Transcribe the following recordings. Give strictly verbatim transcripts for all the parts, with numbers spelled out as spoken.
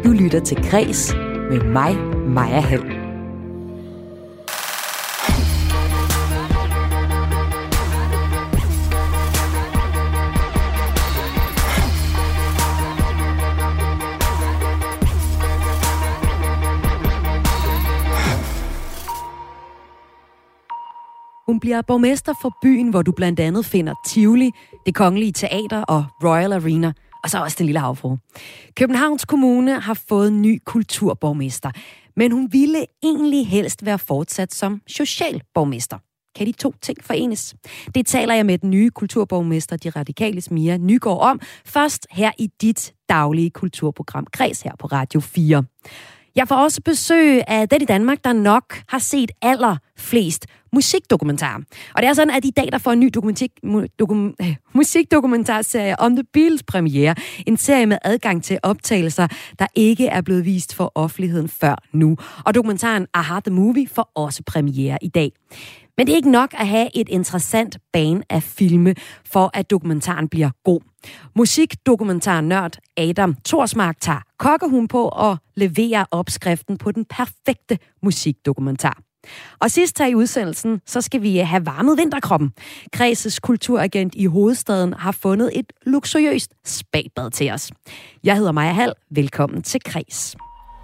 Du lytter til Kres med mig, Maja Hall. Hun bliver borgmester for byen, hvor du blandt andet finder Tivoli, Det Kongelige Teater og Royal Arena, og så også Den Lille Havfrue. Københavns Kommune har fået en ny kulturborgmester, men hun ville egentlig helst være fortsat som socialborgmester. Kan de to ting forenes? Det taler jeg med den nye kulturborgmester, De Radikales Mia Nygaard, om først her i dit daglige kulturprogram Kres her på Radio fire. Jeg får også besøg af den i Danmark, der nok har set allerflest musikdokumentarer. Og det er sådan, at i dag der får en ny dokum, øh, musikdokumentarserie om The Beatles premiere. En serie med adgang til optagelser, der ikke er blevet vist for offentligheden før nu. Og dokumentaren Aha The Movie får også premiere i dag. Men det er ikke nok at have et interessant bane af filme, for at dokumentaren bliver god. Musikdokumentarnørd Adam Thorsmark tager kokkehuen på og leverer opskriften på den perfekte musikdokumentar. Og sidst her i udsendelsen, så skal vi have varmet vinterkroppen. Kres' kulturagent i hovedstaden har fundet et luksuriøst spabad til os. Jeg hedder Maja Hall. Velkommen til Kres.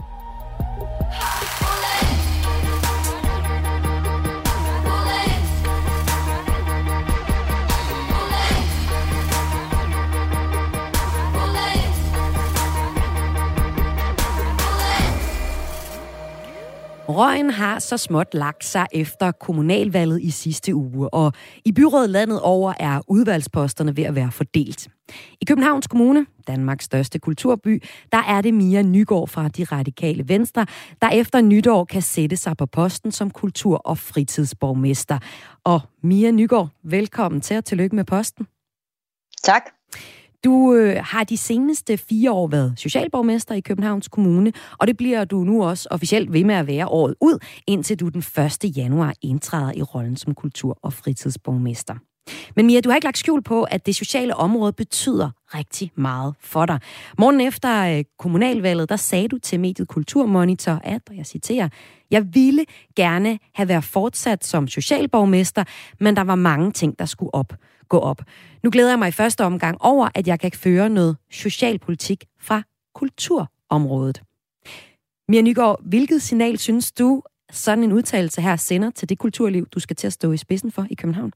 Røgen har så småt lagt sig efter kommunalvalget i sidste uge, og i byrådet landet over er udvalgsposterne ved at være fordelt. I Københavns Kommune, Danmarks største kulturby, der er det Mia Nygaard fra De Radikale Venstre, der efter nytår kan sætte sig på posten som kultur- og fritidsborgmester. Og Mia Nygaard, velkommen til og tillykke med posten. Tak. Du øh, har de seneste fire år været socialborgmester i Københavns Kommune, og det bliver du nu også officielt ved med at være året ud, indtil du den første januar indtræder i rollen som kultur- og fritidsborgmester. Men Mia, du har ikke lagt skjul på, at det sociale område betyder rigtig meget for dig. Morgen efter øh, kommunalvalget, der sagde du til mediet Kulturmonitor, at, og jeg citerer, jeg ville gerne have været fortsat som socialborgmester, men der var mange ting, der skulle op. gå op. Nu glæder jeg mig i første omgang over, at jeg kan føre noget socialpolitik fra kulturområdet. Mia Nygaard, hvilket signal synes du, sådan en udtalelse her sender til det kulturliv, du skal til at stå i spidsen for i København?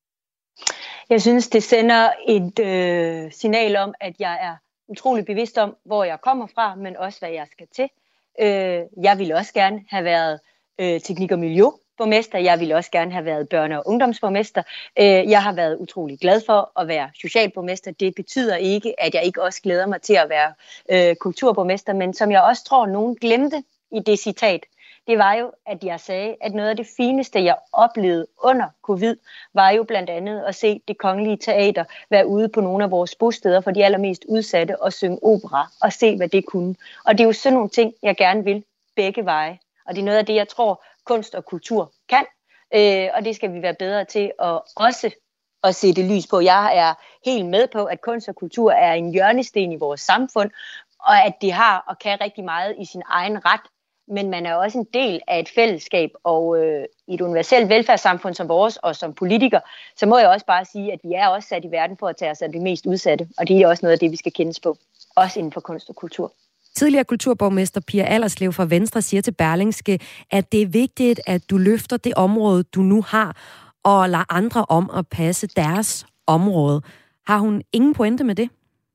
Jeg synes, det sender et øh, signal om, at jeg er utrolig bevidst om, hvor jeg kommer fra, men også, hvad jeg skal til. Øh, jeg ville også gerne have været øh, teknik- og miljø. Borgmester. Jeg ville også gerne have været børne- og ungdomsborgmester. Jeg har været utrolig glad for at være socialborgmester. Det betyder ikke, at jeg ikke også glæder mig til at være øh, kulturborgmester, men som jeg også tror, nogen glemte i det citat, det var jo, at jeg sagde, at noget af det fineste, jeg oplevede under covid, var jo blandt andet at se Det Kongelige Teater være ude på nogle af vores bosteder for de allermest udsatte og synge opera og se, hvad det kunne. Og det er jo sådan nogle ting, jeg gerne vil begge veje. Og det er noget af det, jeg tror, kunst og kultur kan, øh, og det skal vi være bedre til at også at sætte lys på. Jeg er helt med på, at kunst og kultur er en hjørnesten i vores samfund, og at det har og kan rigtig meget i sin egen ret, men man er også en del af et fællesskab, og øh, i et universelt velfærdssamfund som vores, og som politiker, så må jeg også bare sige, at vi er også sat i verden for at tage os af de mest udsatte, og det er også noget af det, vi skal kendes på, også inden for kunst og kultur. Tidligere kulturborgmester Pia Allerslev fra Venstre siger til Berlingske, at det er vigtigt, at du løfter det område, du nu har, og lader andre om at passe deres område. Har hun ingen pointe med det?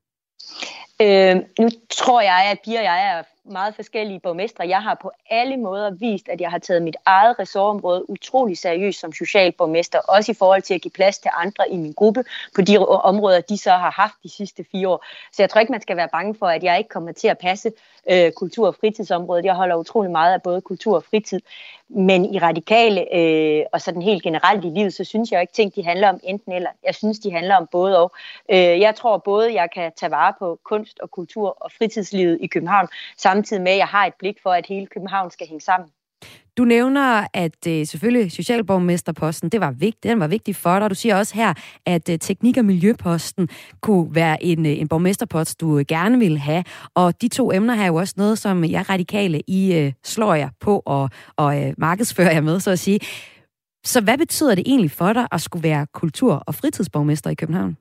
Øh, nu tror jeg, at Pia og jeg er meget forskellige borgmestre. Jeg har på alle måder vist, at jeg har taget mit eget ressortområde utrolig seriøst som socialborgmester, også i forhold til at give plads til andre i min gruppe på de områder, de så har haft de sidste fire år. Så jeg tror ikke, man skal være bange for, at jeg ikke kommer til at passe øh, kultur- og fritidsområdet. Jeg holder utrolig meget af både kultur og fritid. Men i radikale øh, og sådan helt generelt i livet, så synes jeg ikke, ting de handler om enten eller. Jeg synes, de handler om både og. Øh, jeg tror både, jeg kan tage vare på kunst og kultur og fritidslivet i København, samtidig med, at jeg har et blik for, at hele København skal hænge sammen. Du nævner, at øh, selvfølgelig socialborgmesterposten, det var vigtigt, den var vigtig for dig. Du siger også her, at øh, teknik- og miljøposten kunne være en, øh, en borgmesterpost, du øh, gerne ville have. Og de to emner her er jo også noget, som jeg radikale i øh, slår jer på og, og øh, markedsfører jer med, så at sige. Så hvad betyder det egentlig for dig at skulle være kultur- og fritidsborgmester i København?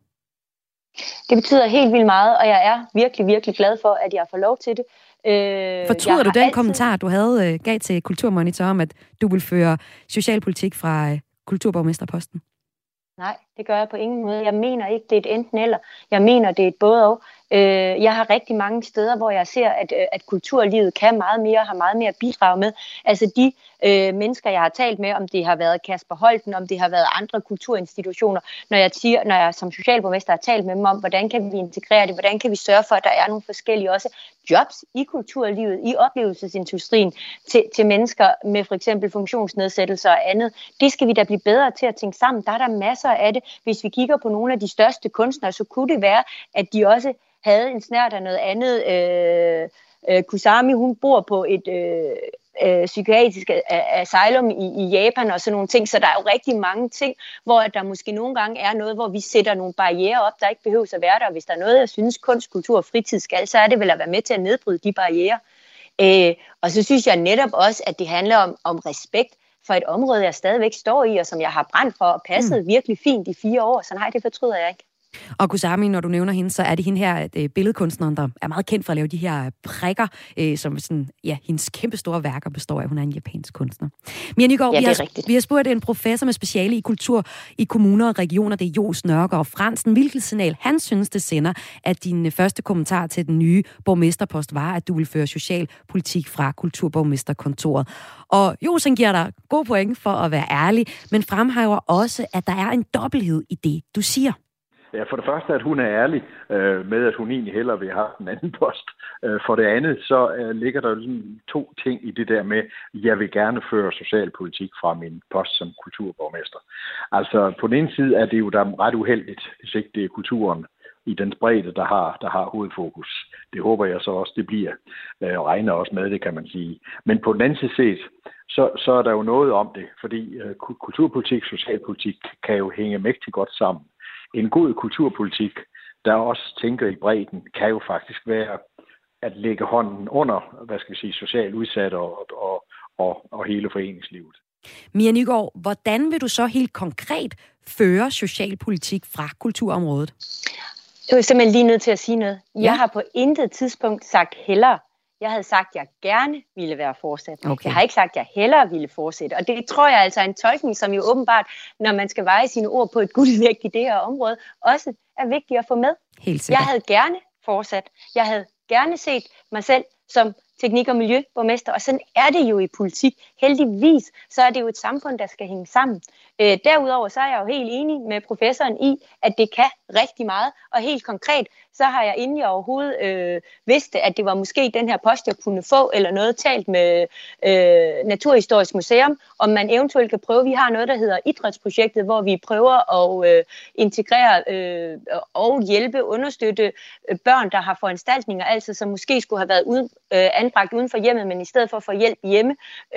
Det betyder helt vildt meget, og jeg er virkelig, virkelig glad for, at jeg får lov til det. Øh, Fortryder du den altid... kommentar, du havde øh, gav til Kulturmonitor om, at du vil føre socialpolitik fra øh, kulturborgmesterposten? Nej, det gør jeg på ingen måde. Jeg mener ikke, det er et enten eller. Jeg mener, det er et både og. Øh, jeg har rigtig mange steder, hvor jeg ser, at, at kulturlivet kan meget mere, har meget mere at bidrage med. Altså de øh, mennesker, jeg har talt med, om det har været Kasper Holten, om det har været andre kulturinstitutioner, når jeg, siger, når jeg som socialborgmester har talt med dem om, hvordan kan vi integrere det, hvordan kan vi sørge for, at der er nogle forskellige også jobs i kulturlivet, i oplevelsesindustrien, til, til mennesker med for eksempel funktionsnedsættelser og andet. Det skal vi da blive bedre til at tænke sammen. Der er der masser af det. Hvis vi kigger på nogle af de største kunstnere, så kunne det være, at de også havde en snert af noget andet. Øh, øh, Kusami, hun bor på et øh, øh, psykiatrisk asylum i, i Japan og sådan nogle ting, så der er jo rigtig mange ting, hvor der måske nogle gange er noget, hvor vi sætter nogle barrierer op, der ikke behøver at være der. Og hvis der er noget, jeg synes, kunst, kultur og fritid skal, så er det vel at være med til at nedbryde de barrierer. Øh, og så synes jeg netop også, at det handler om, om respekt for et område, jeg stadigvæk står i, og som jeg har brændt for og passet mm. virkelig fint i fire år, så nej, det fortryder jeg ikke. Og Kusami, når du nævner hende, så er det hende her, øh, billedkunstneren, der er meget kendt for at lave de her prikker, øh, som sådan, ja, hendes kæmpe store værker består af. Hun er en japansk kunstner. Mia Nygaard, ja, vi, har, vi har spurgt en professor med speciale i kultur i kommuner og regioner, det er Johs Nørgaard Fransen, hvilket signal han synes, det sender, at din første kommentar til den nye borgmesterpost var, at du vil føre socialpolitik fra kulturborgmesterkontoret. Og Johs, han giver dig god point for at være ærlig, men fremhæver også, at der er en dobbelthed i det, du siger. Ja, for det første, at hun er ærlig øh, med, at hun egentlig hellere vil have en anden post. Øh, for det andet, så øh, ligger der sådan to ting i det der med, at jeg vil gerne føre socialpolitik fra min post som kulturborgmester. Altså, på den ene side er det jo da ret uheldigt, hvis ikke det er kulturen i den bredde, der har, der har hovedfokus. Det håber jeg så også, det bliver. Øh, regner også med det, kan man sige. Men på den anden side, så, så er der jo noget om det, fordi øh, kulturpolitik og socialpolitik kan jo hænge mægtigt godt sammen. En god kulturpolitik, der også tænker i bredden, kan jo faktisk være at lægge hånden under, hvad skal vi sige, socialt udsatte og, og, og, og hele foreningslivet. Mia Nygaard, hvordan vil du så helt konkret føre socialpolitik fra kulturområdet? Jeg er simpelthen lige nødt til at sige noget. Jeg ja. har på intet tidspunkt sagt hellere. Jeg havde sagt, at jeg gerne ville være fortsat. Okay. Jeg har ikke sagt, at jeg hellere ville fortsætte. Og det tror jeg altså er en tolkning, som jo åbenbart, når man skal veje sine ord på et guldvægt i det her område, også er vigtigt at få med. Helt sikkert. Jeg havde gerne fortsat. Jeg havde gerne set mig selv som teknik- og miljøborgmester, og sådan er det jo i politik. Heldigvis, så er det jo et samfund, der skal hænge sammen. Øh, derudover så er jeg jo helt enig med professoren i, at det kan rigtig meget, og helt konkret, så har jeg inden jeg overhovedet øh, vidste, at det var måske den her post, jeg kunne få, eller noget talt med øh, Naturhistorisk Museum, om man eventuelt kan prøve. Vi har noget, der hedder Idrætsprojektet, hvor vi prøver at øh, integrere øh, og hjælpe, understøtte øh, børn, der har foranstaltninger, altså som måske skulle have været uden, øh, anbragt uden for hjemmet, men i stedet for at få hjælp hjemme,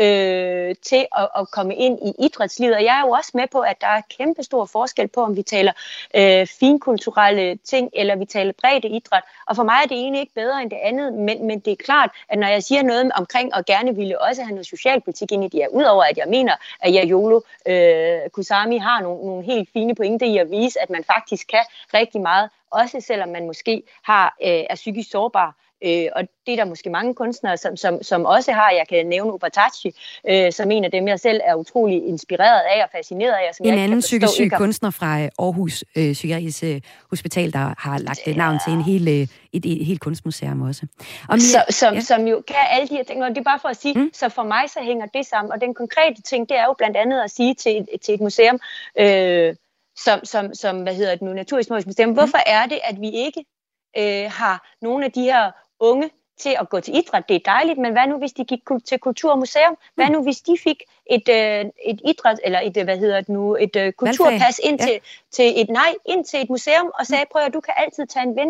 øh, til at, at komme ind i idrætslivet. Og jeg er jo også med på, at der er kæmpe stor forskel på, om vi taler øh, finkulturelle ting, eller vi taler bredde idræt. Og for mig er det egentlig ikke bedre end det andet, men, men det er klart, at når jeg siger noget omkring, og gerne ville også have noget socialpolitik ind i det, er udover at jeg mener, at Yayolo øh, Kusami har nogle, nogle helt fine pointer i at vise, at man faktisk kan rigtig meget, også selvom man måske har, øh, er psykisk sårbar. Øh, og det er der måske mange kunstnere, som, som, som også har. Jeg kan nævne Ubatachi, øh, som en af dem, jeg selv er utrolig inspireret af og fascineret af. Og som en jeg anden kan forstå, psykisk syg ikke... kunstner fra Aarhus øh, Psykiatrisk øh, Hospital, der har lagt ja. navn til en hel, øh, et, et, et helt kunstmuseum også. Og mere, så, som, ja. som jo kan alle de her ting, og det er bare for at sige, mm. så for mig så hænger det sammen. Og den konkrete ting, det er jo blandt andet at sige til et, til et museum, øh, som, som, som, hvad hedder det nu, Naturhistorisk Museum, hvorfor mm. er det, at vi ikke øh, har nogle af de her unge til at gå til idræt? Det er dejligt, men hvad nu, hvis de gik til kultur og museum? Hvad nu, hvis de fik et, øh, et idræt, eller et, hvad hedder det nu, et øh, kulturpas ind til, ja. til et nej, ind til et museum, og sagde, prøv at du kan altid tage en ven med.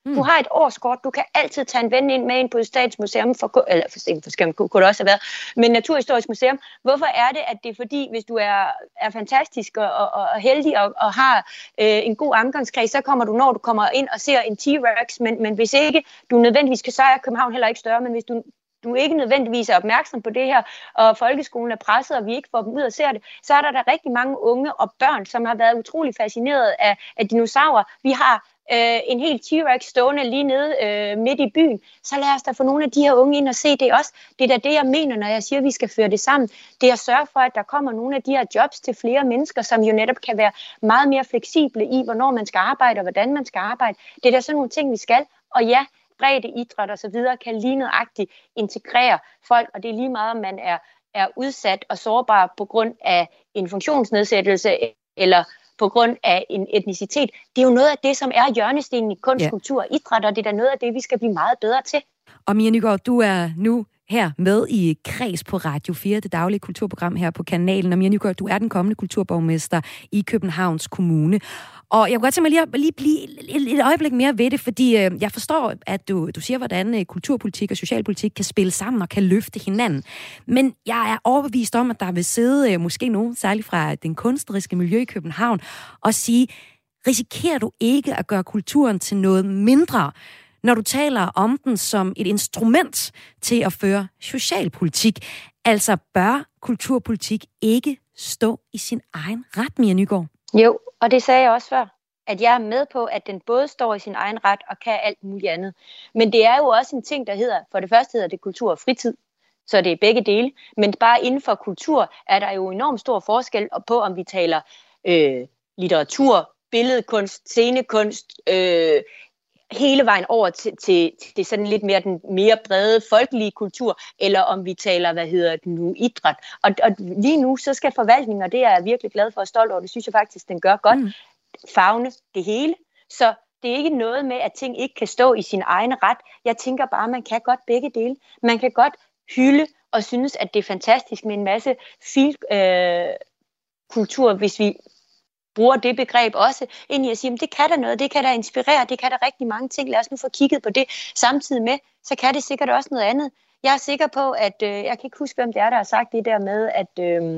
Mm. Du har et årskort, du kan altid tage en ven ind med ind på Statsmuseum, for, eller for Skam kunne det også have været, men Naturhistorisk Museum. Hvorfor er det, at det er fordi, hvis du er, er fantastisk og, og, og heldig og, og har øh, en god omgangskreds, så kommer du, når du kommer ind og ser en T-Rex, men, men hvis ikke du nødvendigvis kan, så er København heller ikke større, men hvis du du ikke nødvendigvis er opmærksom på det her, og folkeskolen er presset, og vi ikke får dem ud og ser det, så er der der rigtig mange unge og børn, som har været utrolig fascineret af, af dinosaurer. Vi har øh, en hel T-Rex stående lige nede øh, midt i byen, så lad os da få nogle af de her unge ind og se det også. Det er da det, jeg mener, når jeg siger, at vi skal føre det sammen. Det er at sørge for, at der kommer nogle af de her jobs til flere mennesker, som jo netop kan være meget mere fleksible i, hvornår man skal arbejde, og hvordan man skal arbejde. Det er da sådan nogle ting, vi skal. Og ja, bredde idræt og så videre kan lige nøjagtigt integrere folk, og det er lige meget, om man er, er udsat og sårbar på grund af en funktionsnedsættelse eller på grund af en etnicitet. Det er jo noget af det, som er hjørnestenen i kunst, ja. kultur og idræt, og det er da noget af det, vi skal blive meget bedre til. Og Mia Nygård, du er nu her med i Kreds på Radio fire, det daglige kulturprogram her på kanalen. Og Mia Nygård, du er den kommende kulturborgmester i Københavns Kommune. Og jeg kunne godt tænke mig lige at lige blive et øjeblik mere ved det, fordi øh, jeg forstår, at du, du siger, hvordan øh, kulturpolitik og socialpolitik kan spille sammen og kan løfte hinanden. Men jeg er overbevist om, at der vil sidde øh, måske nogen, særligt fra den kunstneriske miljø i København, og sige, risikerer du ikke at gøre kulturen til noget mindre, når du taler om den som et instrument til at føre socialpolitik? Altså, bør kulturpolitik ikke stå i sin egen ret, Mia Nygård? Jo, og det sagde jeg også før, at jeg er med på, at den både står i sin egen ret og kan alt muligt andet. Men det er jo også en ting, der hedder, for det første hedder det kultur og fritid, så det er begge dele. Men bare inden for kultur er der jo enormt stor forskel på, om vi taler øh, litteratur, billedkunst, scenekunst, øh, hele vejen over til, til, til sådan lidt mere den mere brede folkelige kultur, eller om vi taler, hvad hedder det nu, idræt. Og, og lige nu, så skal forvaltningen, og det er jeg virkelig glad for og stolt over, det synes jeg faktisk, den gør godt, mm. favne det hele. Så det er ikke noget med, at ting ikke kan stå i sin egen ret. Jeg tænker bare, man kan godt begge dele. Man kan godt hylde og synes, at det er fantastisk med en masse fil, øh, kultur, hvis vi bruger det begreb også, ind i at sige, at det kan der noget, det kan der inspirere, det kan der rigtig mange ting, lad os nu få kigget på det. Samtidig med, så kan det sikkert også noget andet. Jeg er sikker på, at, øh, jeg kan ikke huske, hvem det er, der har sagt det der med, at, øh,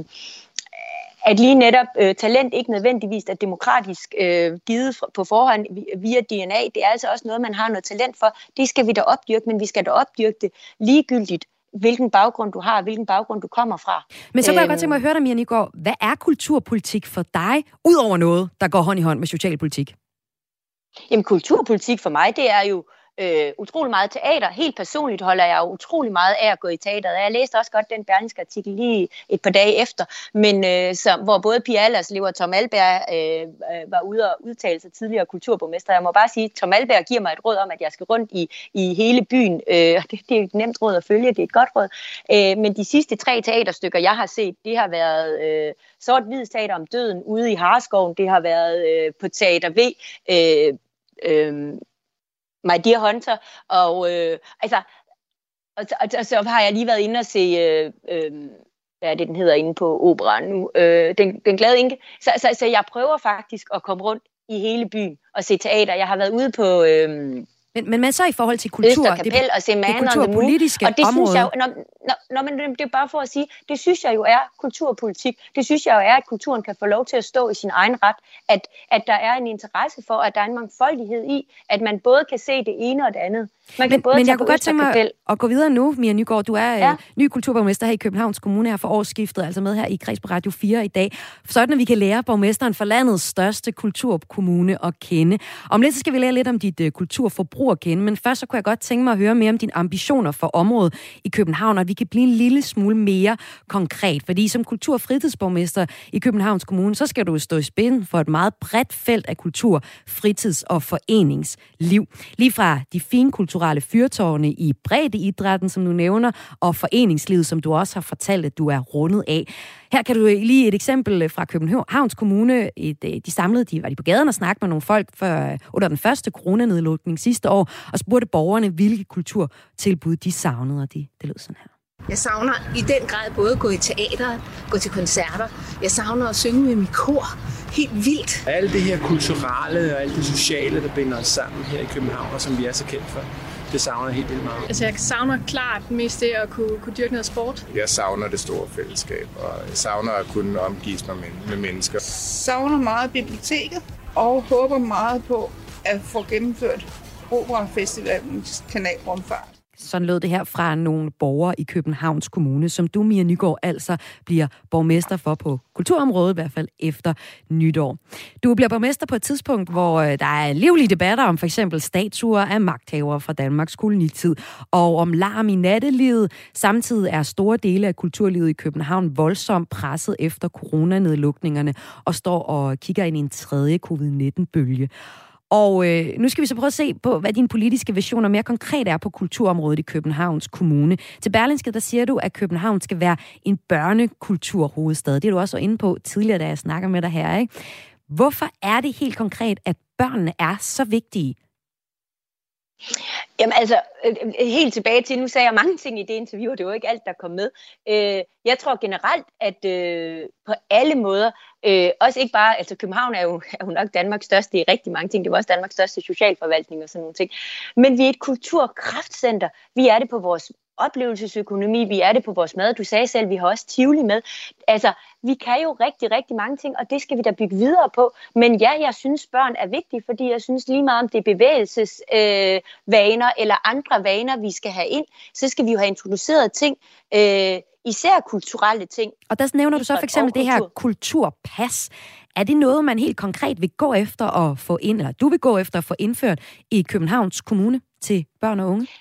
at lige netop øh, talent ikke nødvendigvis er demokratisk øh, givet på forhånd via D N A. Det er altså også noget, man har noget talent for. Det skal vi da opdyrke, men vi skal da opdyrke det ligegyldigt, hvilken baggrund du har, hvilken baggrund du kommer fra. Men så kan jeg godt tænke mig at høre dig, Mia Nygård. Hvad er kulturpolitik for dig, ud over noget, der går hånd i hånd med socialpolitik? Jamen, kulturpolitik for mig, det er jo øh, utrolig meget teater. Helt personligt holder jeg jo utrolig meget af at gå i teateret. Jeg læste også godt den Berlingske artikel lige et par dage efter, men øh, som, hvor både Pia Allerslev og Tom Alberg øh, var ude og udtale sig tidligere kulturborgmester. Jeg må bare sige, at Tom Alberg giver mig et råd om, at jeg skal rundt i, i hele byen. Øh, det, det er et nemt råd at følge, det er et godt råd. Øh, men de sidste tre teaterstykker, jeg har set, det har været øh, Sort-Hvid Teater om døden ude i Hareskoven. Det har været øh, på Teater V. Øh, øh, My Dear Hunter, og øh, altså, og, og, og så har jeg lige været inde og se, øh, øh, hvad er det, den hedder inde på Operaen nu, øh, den, den glade enke. Så, så, så jeg prøver faktisk at komme rundt i hele byen og se teater. Jeg har været ude på Øh, Men, men, men så i forhold til kultur, det, det, og se det kulturpolitiske og det område. Synes jeg jo, når, når, når man, det er bare for at sige, det synes jeg jo er kulturpolitik. Det synes jeg jo er, at kulturen kan få lov til at stå i sin egen ret. At, at der er en interesse for, at der er en mangfoldighed i, at man både kan se det ene og det andet. Man kan men både men tage jeg kunne godt tænke mig at gå videre nu, Mia Nygård. Du er ja. ny kulturborgmester her i Københavns Kommune her for årsskiftet, altså med her i Kreds på Radio fire i dag. Sådan at vi kan lære borgmesteren for landets største kulturkommune at kende. Om lidt så skal vi lære lidt om dit uh, kulturforbrug at kende, men først så kunne jeg godt tænke mig at høre mere om dine ambitioner for området i København, og at vi kan blive en lille smule mere konkret. Fordi som kultur- og fritidsborgmester i Københavns Kommune, så skal du stå i spidsen for et meget bredt felt af kultur, fritids- og foreningsliv. Lige fra de fine kulturelle fyrtårne i breddeidrætten, som du nævner, og foreningslivet, som du også har fortalt, at du er rundet af. Her kan du lige et eksempel fra Københavns Kommune. Et, de samlede, de var de på gaden og snakkede med nogle folk for, under den første coronanedlukning sidste år, og spurgte borgerne, hvilke kulturtilbud de savnede, og de, det lød sådan her. Jeg savner i den grad både at gå i teater, gå til koncerter. Jeg savner at synge med mit kor helt vildt. Alt det her kulturelle og alt det sociale, der binder os sammen her i København, og som vi er så kendt for, det savner jeg helt vildt meget. Altså jeg savner klart mest det at kunne, kunne dyrke noget sport. Jeg savner det store fællesskab, og jeg savner at kunne omgives mig med, med mennesker. Savner meget biblioteket, og håber meget på at få gennemført Operafestivalens kanalrumfart. Sådan lød det her fra nogle borgere i Københavns Kommune, som du, Mia Nygaard, altså bliver borgmester for på kulturområdet, i hvert fald efter nytår. Du bliver borgmester på et tidspunkt, hvor der er livlige debatter om for eksempel statuer af magthavere fra Danmarks kolonitid, og om larm i nattelivet. Samtidig er store dele af kulturlivet i København voldsomt presset efter coronanedlukningerne, og står og kigger ind i en tredje covid nitten-bølge. Og øh, nu skal vi så prøve at se på, hvad dine politiske visioner mere konkret er på kulturområdet i Københavns Kommune. Til Berlingske, der siger du, at København skal være en børnekulturhovedstad. Det er du også inde på tidligere, da jeg snakker med dig her, ikke? Hvorfor er det helt konkret, at børnene er så vigtige? Jamen altså, helt tilbage til, nu sagde jeg mange ting i det interview, og det var ikke alt, der kom med. Jeg tror generelt, at på alle måder, også ikke bare, altså København er jo, er jo nok Danmarks største i rigtig mange ting, det var også Danmarks største socialforvaltning og sådan nogle ting, men vi er et kulturkraftcenter, vi er det på vores oplevelsesøkonomi, vi er det på vores mad. Du sagde selv, vi har også Tivoli med. Altså, vi kan jo rigtig, rigtig mange ting, og det skal vi da bygge videre på. Men ja, jeg synes, børn er vigtige, fordi jeg synes lige meget om det er bevægelsesvaner øh, eller andre vaner, vi skal have ind, så skal vi jo have introduceret ting, øh, især kulturelle ting. Og der nævner du så for eksempel det her kulturpas. Er det noget, man helt konkret vil gå efter at få ind, eller du vil gå efter at få indført i Københavns Kommune til børn og unge?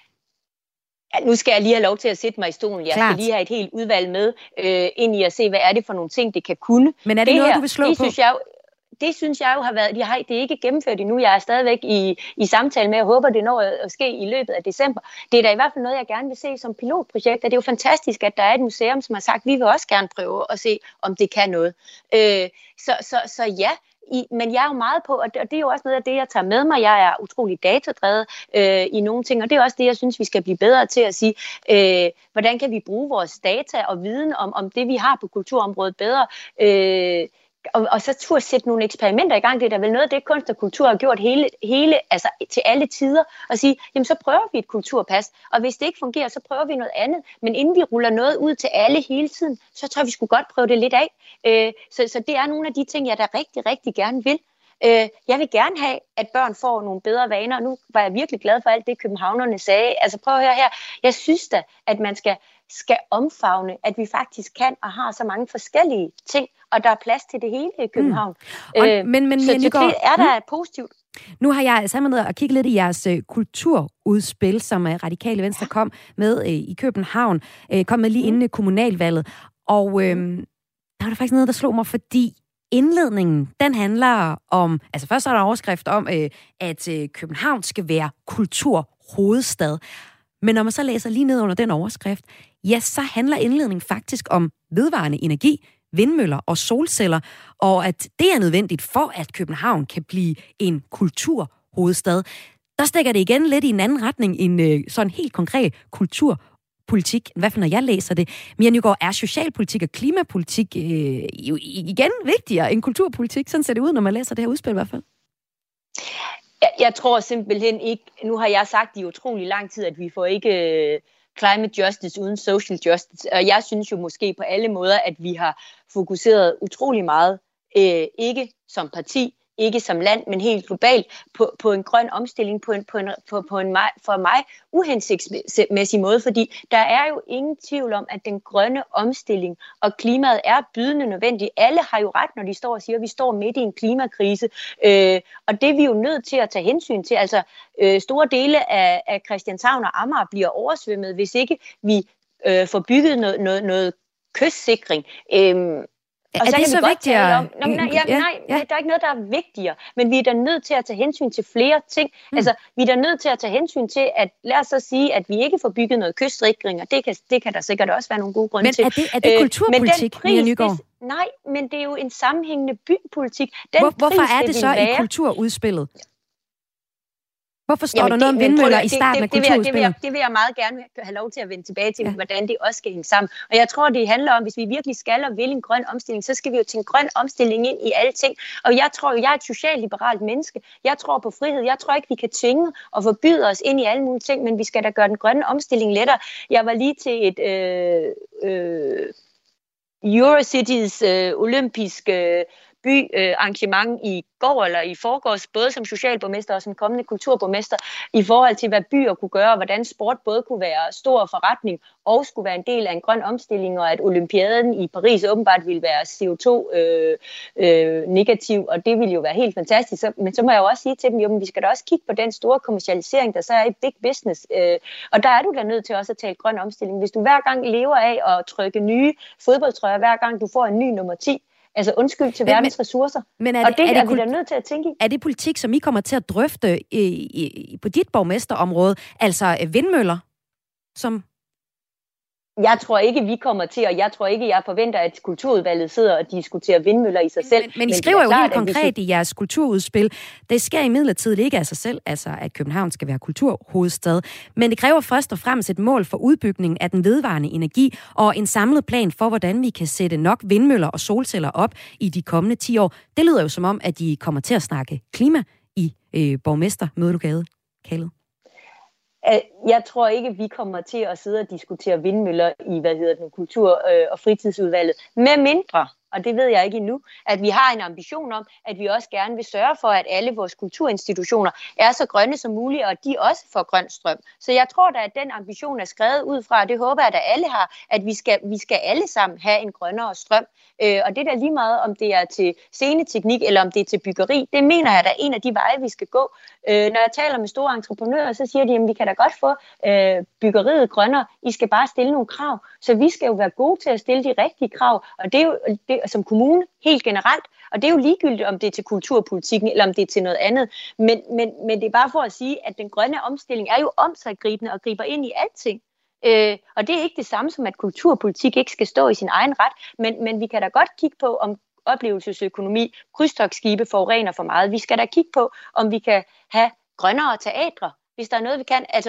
Ja, nu skal jeg lige have lov til at sætte mig i stolen. Jeg Klart. skal lige have et helt udvalg med øh, ind i at se, hvad er det for nogle ting, det kan kunne. Men er det, det noget, her, du vil slå det på? Synes jeg, det synes jeg jo har været, de har, det er ikke gennemført endnu. Jeg er stadigvæk i, i samtale med, jeg håber, det når at ske i løbet af december. Det er da i hvert fald noget, jeg gerne vil se som pilotprojekt, og det er jo fantastisk, at der er et museum, som har sagt, at vi vil også gerne prøve at se, om det kan noget. Øh, så, så, så ja, I, men jeg er jo meget på, og det, og det er jo også noget af det, jeg tager med mig. Jeg er utrolig datadrevet øh, i nogle ting, og det er også det, jeg synes, vi skal blive bedre til at sige, øh, hvordan kan vi bruge vores data og viden om, om det, vi har på kulturområdet bedre, øh, og, og så turde sætte nogle eksperimenter i gang. Det er da vel noget af det, kunst og kultur har gjort hele, hele, altså til alle tider, og sige, jamen så prøver vi et kulturpas, og hvis det ikke fungerer, så prøver vi noget andet. Men inden vi ruller noget ud til alle hele tiden, så tror jeg, vi skulle godt prøve det lidt af. Øh, så, så det er nogle af de ting, jeg da rigtig, rigtig gerne vil. Øh, jeg vil gerne have, at børn får nogle bedre vaner. Nu var jeg virkelig glad for alt det, københavnerne sagde. Altså prøv at høre her. Jeg synes da, at man skal, skal omfavne, at vi faktisk kan og har så mange forskellige ting, og der er plads til det hele i København. Mm. Og, øh, men, men, så det er der mm. positivt. Nu har jeg sammen med at kigge lidt i jeres uh, kulturudspil, som uh, Radikale Venstre kom med uh, i København, uh, kom med lige mm. inden kommunalvalget. Og uh, der var der faktisk noget, der slog mig, fordi indledningen, den handler om, altså først er der en overskrift om, uh, at uh, København skal være kulturhovedstad. Men når man så læser lige ned under den overskrift, ja, så handler indledningen faktisk om vedvarende energi, vindmøller og solceller, og at det er nødvendigt for, at København kan blive en kulturhovedstad. Der stikker det igen lidt i en anden retning end øh, sådan helt konkret kulturpolitik. Hvad for når jeg læser det? Mia Nygaard, er socialpolitik og klimapolitik øh, jo igen vigtigere end kulturpolitik? Sådan ser det ud, når man læser det her udspil i hvert fald. Jeg, jeg tror simpelthen ikke, nu har jeg sagt i utrolig lang tid, at vi får ikke øh, climate justice uden social justice. Og jeg synes jo måske på alle måder, at vi har fokuseret utrolig meget, øh, ikke som parti, ikke som land, men helt globalt, på, på en grøn omstilling, på en, på en, på, på en for mig uhensigtsmæssig måde, fordi der er jo ingen tvivl om, at den grønne omstilling og klimaet er bydende nødvendigt. Alle har jo ret, når de står og siger, at vi står midt i en klimakrise, øh, og det er vi jo nødt til at tage hensyn til. Altså, øh, store dele af, af Christianshavn og Amager bliver oversvømmet, hvis ikke vi øh, får bygget noget, noget, noget kystsikring. Øh, Og er så det kan så vi godt vigtigere? tale om, Nå, nej, ja, ja, nej, ja. der er ikke noget, der er vigtigere, men vi er da nødt til at tage hensyn til flere ting. Mm. Altså, vi er da nødt til at tage hensyn til, at lad os så sige, at vi ikke får bygget noget kystsikring, og det kan, det kan der sikkert også være nogle gode grunde men til. Men er det, er det kulturpolitik, Mia Nygaard? Nej, men det er jo en sammenhængende bypolitik. Den Hvor, hvorfor pris, er det, det så være, i kulturudspillet? Hvorfor står Jamen, der noget om det, vindmøller det, i starten det, af det, det, vil jeg, det, vil kulturudspillet? jeg, det vil jeg meget gerne have lov til at vende tilbage til, Ja. hvordan det også skal hænge sammen. Og jeg tror, det handler om, hvis vi virkelig skal og vil en grøn omstilling, så skal vi jo til en grøn omstilling ind i alle ting. Og jeg tror jo, jeg er et socialliberalt menneske. Jeg tror på frihed. Jeg tror ikke, vi kan tvinge og forbyde os ind i alle mulige ting, men vi skal da gøre den grønne omstilling lettere. Jeg var lige til et øh, øh, Eurocities øh, olympiske øh, by øh, arrangement i går eller i forgårs, både som socialborgmester og som kommende kulturborgmester, i forhold til, hvad byer kunne gøre, og hvordan sport både kunne være stor forretning og skulle være en del af en grøn omstilling, og at olympiaden i Paris åbenbart ville være C O to negativ, øh, øh, og det ville jo være helt fantastisk. Så, men så må jeg jo også sige til dem, jo, men vi skal da også kigge på den store kommercialisering, der så er i big business. Øh, og der er du da nødt til også at tale grøn omstilling. Hvis du hver gang lever af at trykke nye fodboldtrøjer, hver gang du får en ny nummer ti, altså undskyld til men, verdens ressourcer. Men er og det, det er, er, det er vi da nødt til at tænke i. Er det politik, som I kommer til at drøfte i, i, på dit borgmesterområde, altså vindmøller, som... Jeg tror ikke, vi kommer til, og jeg tror ikke, jeg forventer, at kulturudvalget sidder og diskuterer vindmøller i sig selv. Men, men I skriver jo helt konkret i jeres kulturudspil, det sker imidlertid ikke af sig selv, altså at København skal være kulturhovedstad, men det kræver først og fremmest et mål for udbygningen af den vedvarende energi og en samlet plan for, hvordan vi kan sætte nok vindmøller og solceller op i de kommende ti år. Det lyder jo som om, at de kommer til at snakke klima i øh, borgmestermødelokalet. Kaldet. Jeg tror ikke, vi kommer til at sidde og diskutere vindmøller i, hvad hedder den, kultur- og fritidsudvalget, med mindre, og det ved jeg ikke endnu, at vi har en ambition om, at vi også gerne vil sørge for, at alle vores kulturinstitutioner er så grønne som muligt, og at de også får grøn strøm. Så jeg tror da, at den ambition er skrevet ud fra, og det håber jeg, at alle har, at vi skal, vi skal alle sammen have en grønnere strøm. Øh, og det er da lige meget, om det er til sceneteknik, eller om det er til byggeri. Det mener jeg, at er en af de veje, vi skal gå. Øh, når jeg taler med store entreprenører, så siger de, at vi kan da godt få øh, byggeriet grønnere. I skal bare stille nogle krav. Så vi skal jo være gode til at stille de rigtige krav. Og det er jo det, som kommune helt generelt. Og det er jo ligegyldigt, om det er til kulturpolitikken, eller om det er til noget andet. Men, men, men det er bare for at sige, at den grønne omstilling er jo omsiggribende og griber ind i alting. Øh, og det er ikke det samme som, at kulturpolitik ikke skal stå i sin egen ret. Men, men vi kan da godt kigge på, om oplevelsesøkonomi, krydstogtskibe forurener for meget. Vi skal da kigge på, om vi kan have grønnere teatre, hvis der er noget, vi kan. Altså,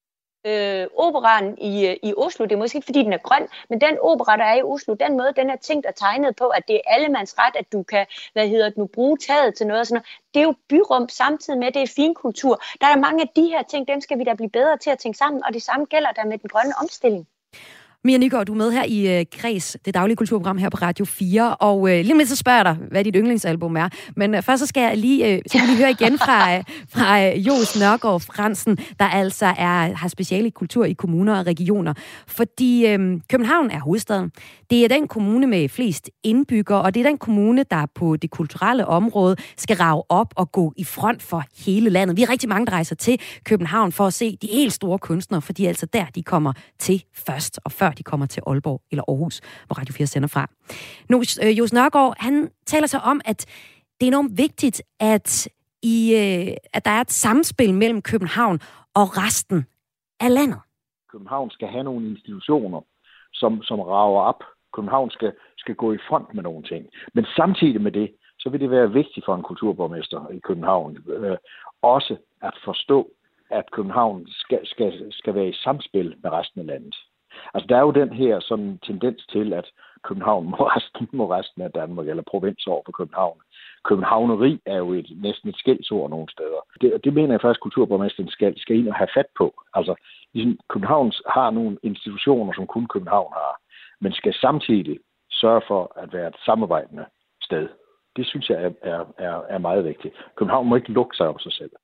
øh, operaen i, i Oslo, det er måske ikke, fordi den er grøn, men den opera, der er i Oslo, den måde, den er tænkt og tegnet på, at det er allemands ret, at du kan, hvad hedder det nu, bruge taget til noget og sådan noget. Det er jo byrum samtidig med, det er finkultur. Der er mange af de her ting, dem skal vi da blive bedre til at tænke sammen, og det samme gælder der med den grønne omstilling. Mia Nygaard, du er med her i uh, Kreds, det daglige kulturprogram her på Radio fire, og uh, lige med så spørger jeg dig, hvad dit yndlingsalbum er. Men uh, først så skal jeg lige, uh, skal lige høre igen fra, uh, fra uh, Johs Nørgaard Fransen, der altså er, har speciale i kultur i kommuner og regioner. Fordi uh, København er hovedstaden. Det er den kommune med flest indbyggere, og det er den kommune, der på det kulturelle område skal rage op og gå i front for hele landet. Vi er rigtig mange, der rejser til København for at se de helt store kunstnere, fordi altså der, de kommer til først og før de kommer til Aalborg eller Aarhus, hvor Radio fire sender fra. Nu, øh, Johs Nørgaard, han taler så om, at det er enormt vigtigt, at, i, øh, at der er et samspil mellem København og resten af landet. København skal have nogle institutioner, som, som rager op. København skal, skal gå i front med nogle ting. Men samtidig med det, så vil det være vigtigt for en kulturborgmester i København øh, også at forstå, at København skal, skal, skal være i samspil med resten af landet. Altså, der er jo den her sådan tendens til, at København må resten, må resten af Danmark, eller provins over for København. Københavneri er jo et, næsten et skældsord nogle steder. Det, det mener jeg faktisk, at kulturborgmesteren skal, skal ind og have fat på. Altså, ligesom København har nogle institutioner, som kun København har, men skal samtidig sørge for at være et samarbejdende sted. Det synes jeg er, er, er, er meget vigtigt. København må ikke lukke sig om sig selv.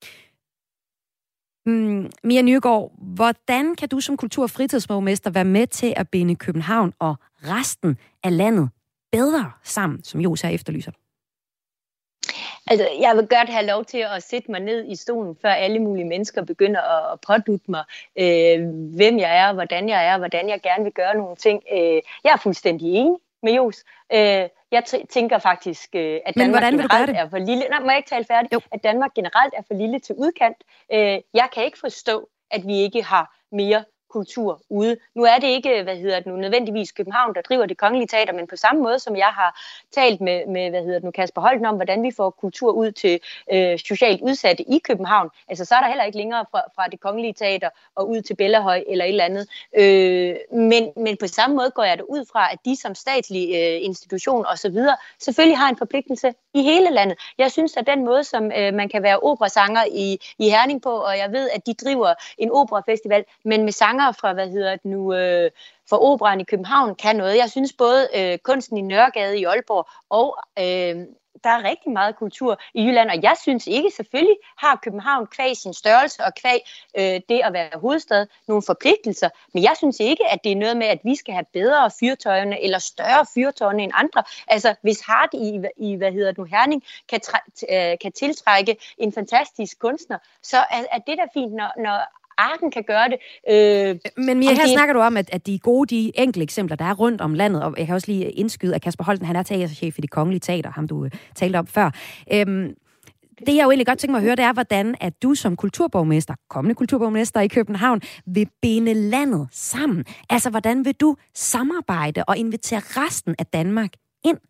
Mm, Mia Nygaard, hvordan kan du som kultur- og fritidsborgmester være med til at binde København og resten af landet bedre sammen, som Johs her efterlyser? Altså, jeg vil godt have lov til at sætte mig ned i stolen, før alle mulige mennesker begynder at, at pådutte mig, øh, hvem jeg er, hvordan jeg er, hvordan jeg gerne vil gøre nogle ting. Øh, jeg er fuldstændig enig med Johs. Øh, jeg t- tænker faktisk, øh, at Danmark generelt er for lille. Nej, må jeg ikke tale færdigt? Jo. At Danmark generelt er for lille til udkant. Øh, jeg kan ikke forstå, at vi ikke har mere kultur ude. Nu er det ikke, hvad hedder det nu, nødvendigvis København, der driver Det Kongelige Teater, men på samme måde, som jeg har talt med, med hvad hedder det nu, Kasper Holten om, hvordan vi får kultur ud til øh, socialt udsatte i København. Altså, så er der heller ikke længere fra, fra Det Kongelige Teater og ud til Bellahøj eller et eller andet. Øh, men, men på samme måde går jeg det ud fra, at de som statslig øh, institution osv. selvfølgelig har en forpligtelse i hele landet. Jeg synes, at den måde, som øh, man kan være operasanger i, i Herning på, og jeg ved, at de driver en operafestival, men med sanger fra, hvad hedder det nu, øh, for Operaen i København kan noget. Jeg synes både øh, kunsten i Nørregade i Aalborg og øh, der er rigtig meget kultur i Jylland, og jeg synes ikke, selvfølgelig har København kvæg sin størrelse og kvæg øh, det at være hovedstad nogle forpligtelser, men jeg synes ikke, at det er noget med, at vi skal have bedre fyrtøjerne eller større fyrtøjerne end andre. Altså, hvis Hart i, i hvad hedder det nu, Herning kan, træ, kan tiltrække en fantastisk kunstner, så er, er det da fint, når, når Arken kan gøre det. Øh, Men Mia, her det... snakker du om, at, at de gode, de enkelte eksempler, der er rundt om landet, og jeg kan også lige indskyde, at Kasper Holten, han er teaterchef i Det Kongelige Teater, ham du uh, talte om før. Øhm, det jeg jo egentlig godt tænker mig at høre, det er, hvordan at du som kulturborgmester, kommende kulturborgmester i København, vil binde landet sammen. Altså, hvordan vil du samarbejde og invitere resten af Danmark ind?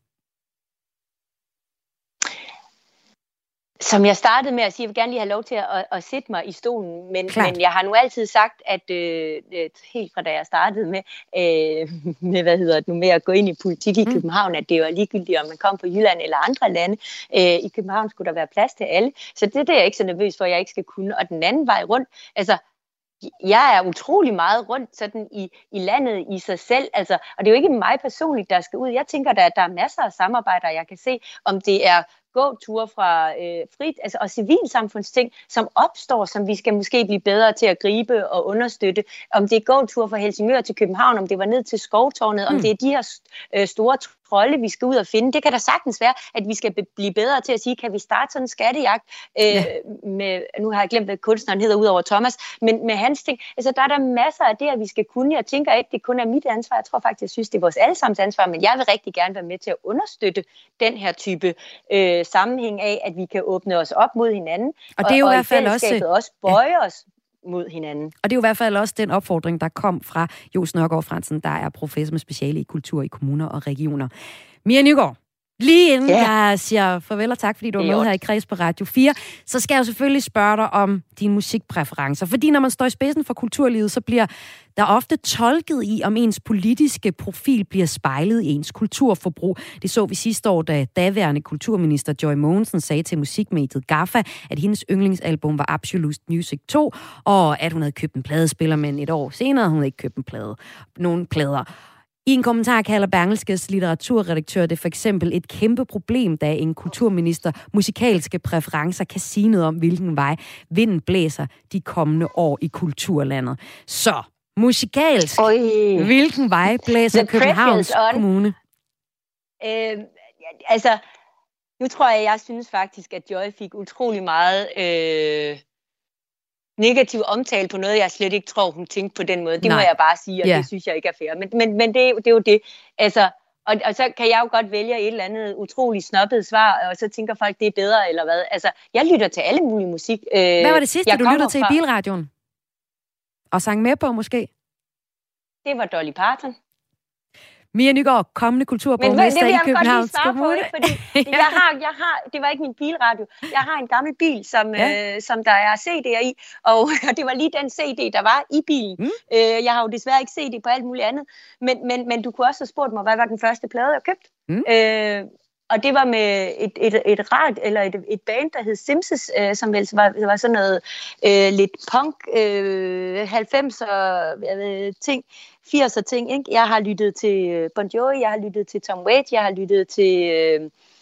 Som jeg startede med at sige, jeg vil gerne lige have lov til at, at, at sætte mig i stolen, men, men jeg har nu altid sagt, at øh, helt fra da jeg startede med, øh, med, hvad hedder det nu, med at gå ind i politik i mm. København, at det var ligegyldigt, om man kom fra Jylland eller andre lande. Øh, I København skulle der være plads til alle, så det, det er jeg ikke så nervøs for, at jeg ikke skal kunne. Og den anden vej rundt, altså, jeg er utrolig meget rundt sådan i, i landet i sig selv, altså, og det er jo ikke mig personligt, der skal ud. Jeg tænker, at der er masser af samarbejder, jeg kan se, om det er gåture fra øh, frit, altså, og civilsamfundsting, som opstår, som vi skal måske blive bedre til at gribe og understøtte. Om det er gåture fra Helsingør til København, om det var ned til Skovtårnet, mm. om det er de her øh, store trolde, vi skal ud og finde. Det kan da sagtens være, at vi skal be- blive bedre til at sige, kan vi starte sådan en skattejagt øh, yeah. med, nu har jeg glemt, hvad kunstneren hedder, udover Thomas, men med hans ting. Altså, der er der masser af det, at vi skal kunne. Jeg tænker ikke, det kun er mit ansvar. Jeg tror faktisk, jeg synes, det er vores allesammens ansvar, men jeg vil rigtig gerne være med til at understøtte den her type øh, sammenhæng af, at vi kan åbne os op mod hinanden, og, det er jo og, i hvert fald og også, også bøje ja. os mod hinanden. Og det er jo i hvert fald også den opfordring, der kom fra Johs Nørgaard Frandsen, der er professor med speciale i kultur i kommuner og regioner. Mia Nygaard, lige inden yeah. jeg siger farvel og tak, fordi du er med her i Kreds på Radio fire, så skal jeg jo selvfølgelig spørge dig om dine musikpræferencer. Fordi når man står i spidsen for kulturlivet, så bliver der ofte tolket i, om ens politiske profil bliver spejlet i ens kulturforbrug. Det så vi sidste år, da daværende kulturminister Joy Mogensen sagde til musikmediet GAFFA, at hendes yndlingsalbum var Absolute Music to, og at hun havde købt en pladespiller, men et år senere havde hun ikke købt en plade. Nogle plader. I en kommentar kalder Berlingskes litteraturredaktør det for eksempel et kæmpe problem, da en kulturminister musikalske præferencer kan sige noget om, hvilken vej vinden blæser de kommende år i kulturlandet. Så, musikalsk, Oi. hvilken vej blæser Københavns Kommune? Øh, altså, nu tror jeg, jeg synes faktisk, at Joy fik utrolig meget Øh negativ omtale på noget, jeg slet ikke tror, hun tænkte på den måde. Det Nej. må jeg bare sige, og yeah. det synes jeg ikke er fair. Men, men, men det, det er jo det. Altså, og, og så kan jeg jo godt vælge et eller andet utroligt snobbet svar, og så tænker folk, det er bedre, eller hvad. Altså, jeg lytter til alle mulige musik. Øh, hvad var det sidste, du lyttede til fra... i bilradioen? Og sang med på, måske? Det var Dolly Parton. Mia Nygaard, kommende kulturborgmester i Københavns Kommune. Fordi ja. jeg har, jeg har, det var ikke min bilradio. Jeg har en gammel bil, som, ja. øh, som der er C D'er i, og, og det var lige den C D, der var i bilen. Mm. Øh, jeg har jo desværre ikke C D på alt muligt andet, men, men, men du kunne også have spurgt mig, hvad var den første plade, jeg købte? Mm. Øh, og det var med et, et, et rad, eller et, et band, der hed Simses, øh, som vel var, var sådan noget øh, lidt punk, øh, halvfemser øh, ting, firser ting, ikke? Jeg har lyttet til Bon Jovi, jeg har lyttet til Tom Waits, jeg har lyttet til øh,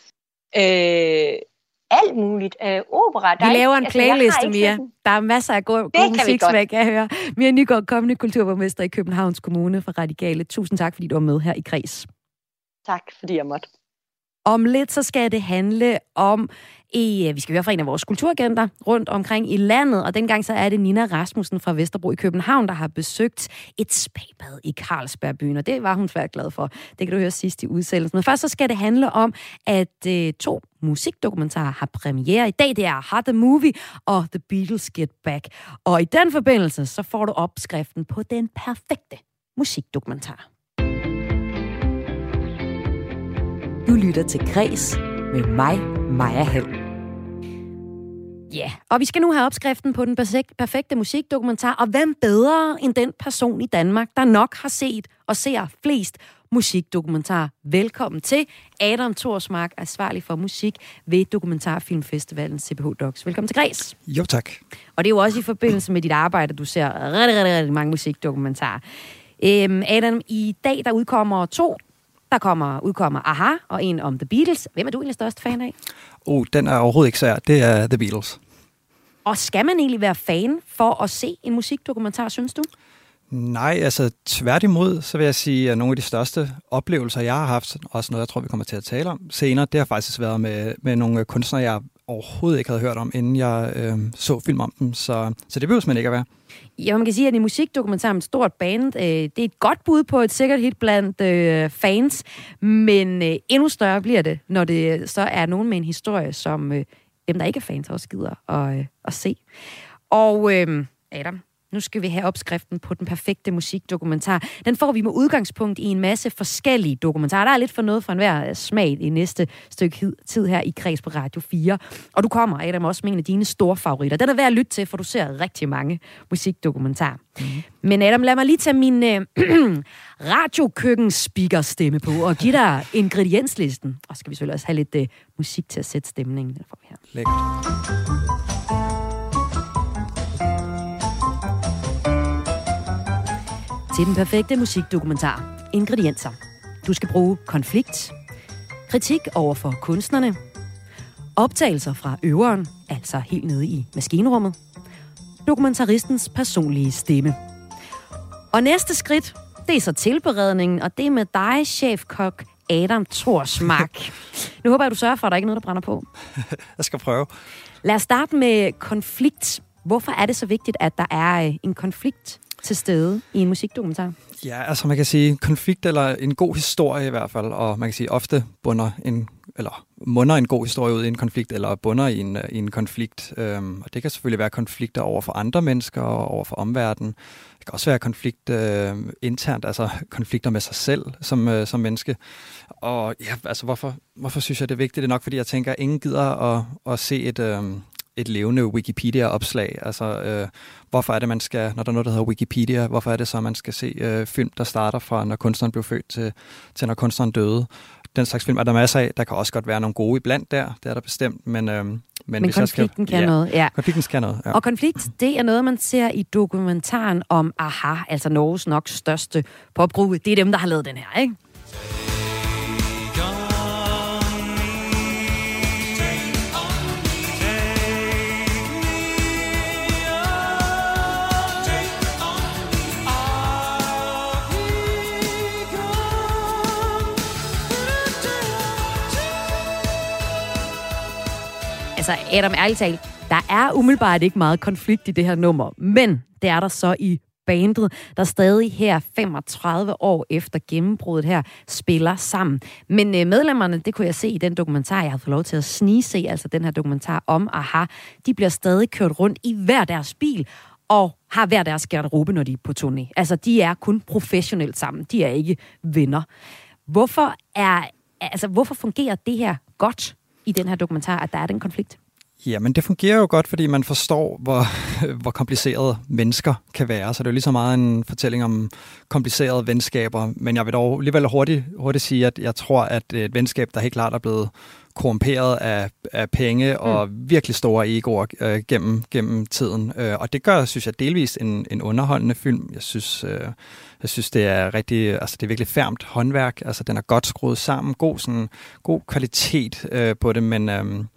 øh, alt muligt. Øh, opera. Vi laver en altså, playliste, Mia. Der er masser af god, god musiksmæk, jeg hører. Mia Nygaard, kommende kulturborgmester i Københavns Kommune for Radikale. Tusind tak, fordi du var med her i Kreds. Tak, fordi jeg måtte. Om lidt så skal det handle om, i, vi skal høre fra en af vores kulturagenter rundt omkring i landet, og dengang så er det Nina Rasmussen fra Vesterbro i København, der har besøgt et spabad i Carlsbergbyen, og det var hun svært glad for. Det kan du høre sidst i udsendelsen. Men først så skal det handle om, at øh, to musikdokumentarer har premiere i dag. Det er Hot the Movie og The Beatles Get Back. Og i den forbindelse, så får du opskriften på den perfekte musikdokumentar. Du lytter til Kres med mig, Maja Hall. Ja, yeah. Og vi skal nu have opskriften på den perfekte musikdokumentar, og hvem bedre end den person i Danmark, der nok har set og ser flest musikdokumentarer. Velkommen til Adam Thorsmark, ansvarlig for musik ved Dokumentarfilmfestivalen C P H Docs. Velkommen til Kres. Jo, tak. Og det er jo også i forbindelse med dit arbejde, du ser rigtig, rigtig, rigtig mange musikdokumentarer. Øhm, Adam, i dag der udkommer to. Der kommer, udkommer Aha og en om The Beatles. Hvem er du egentlig størst fan af? Oh, den er overhovedet ikke sær. Det er The Beatles. Og skal man egentlig være fan for at se en musikdokumentar, synes du? Nej, altså tværtimod, så vil jeg sige, at nogle af de største oplevelser, jeg har haft, også noget, jeg tror, vi kommer til at tale om senere, det har faktisk været med, med nogle kunstnere, jeg overhovedet ikke havde hørt om, inden jeg øh, så film om dem. Så, så det behøver man ikke at være. Ja, man kan sige, at en musikdokumentar med et stort band, øh, det er et godt bud på et sikkert hit blandt øh, fans, men øh, endnu større bliver det, når det så er nogen med en historie, som øh, dem, der ikke er fans, også gider at, øh, at se. Og øh, Adam, nu skal vi have opskriften på den perfekte musikdokumentar. Den får vi med udgangspunkt i en masse forskellige dokumentarer. Der er lidt for noget for enhver smag i næste stykke tid her i Kres på Radio fire. Og du kommer, Adam, også med en af dine store favoritter. Den er værd at lytte til, for du ser rigtig mange musikdokumentarer. Mm-hmm. Men Adam, lad mig lige tage min øh, radiokøkken-speaker-stemme på og give dig ingredienslisten. Og så skal vi selvfølgelig også have lidt øh, musik til at sætte stemningen. Den får vi her. Lækkert. Til den perfekte musikdokumentar. Ingredienser. Du skal bruge konflikt, kritik over for kunstnerne, optagelser fra øveren, altså helt nede i maskinrummet, dokumentaristens personlige stemme. Og næste skridt, det er så tilberedningen, og det er med dig, chefkok Adam Thorsmark. Nu håber jeg, du sørger for, at der ikke er noget, der brænder på. Jeg skal prøve. Lad os starte med konflikt. Hvorfor er det så vigtigt, at der er en konflikt til stede i en musikdokumentar? Ja, altså man kan sige konflikt eller en god historie i hvert fald, og man kan sige ofte bunder en eller munder en god historie ud i en konflikt, eller bunder i en, i en konflikt. Øhm, og det kan selvfølgelig være konflikter over for andre mennesker og over for omverdenen. Det kan også være konflikt øh, internt, altså konflikter med sig selv som, øh, som menneske. Og ja, altså hvorfor, hvorfor synes jeg, det er vigtigt? Det er nok, fordi jeg tænker, at ingen gider at, at se et... Øh, et levende Wikipedia-opslag. Altså, øh, hvorfor er det, man skal, når der er noget, der hedder Wikipedia, hvorfor er det så, man skal se øh, film, der starter fra, når kunstneren blev født, til, til når kunstneren døde? Den slags film er der masser af. Der kan også godt være nogle gode iblandt der, det er der bestemt, men... Øh, men, men hvis konflikten jeg skal, kan ja, noget, ja. Konflikten kan noget, ja. Og konflikt, det er noget, man ser i dokumentaren om Aha, altså Norges nok største popgruppe. Det er dem, der har lavet den her, ikke? Altså, Adam, ærligt talt, der er umiddelbart ikke meget konflikt i det her nummer, men det er der så i bandet, der stadig her femogtredive år efter gennembruddet her spiller sammen. Men øh, medlemmerne, det kunne jeg se i den dokumentar, jeg havde fået lov til at snigse, altså den her dokumentar om Aha, de bliver stadig kørt rundt i hver deres bil og har hver deres garderobe, når de er på turné. Altså, de er kun professionelt sammen. De er ikke venner. Hvorfor er, altså, hvorfor fungerer det her godt i den her dokumentar, at der er den konflikt? Ja, men det fungerer jo godt, fordi man forstår, hvor, hvor komplicerede mennesker kan være. Så det er jo lige så meget en fortælling om komplicerede venskaber. Men jeg vil dog alligevel hurtigt, hurtigt sige, at jeg tror, at et venskab, der helt klart er blevet korrumperet af, af penge og mm. virkelig store egoer øh, gennem, gennem tiden. Øh, og det gør, synes jeg, delvis en, en underholdende film. Jeg synes, øh, jeg synes, det er rigtig, altså det er virkelig fermt håndværk. Altså den er godt skruet sammen, god, sådan, god kvalitet øh, på det, men... Øh,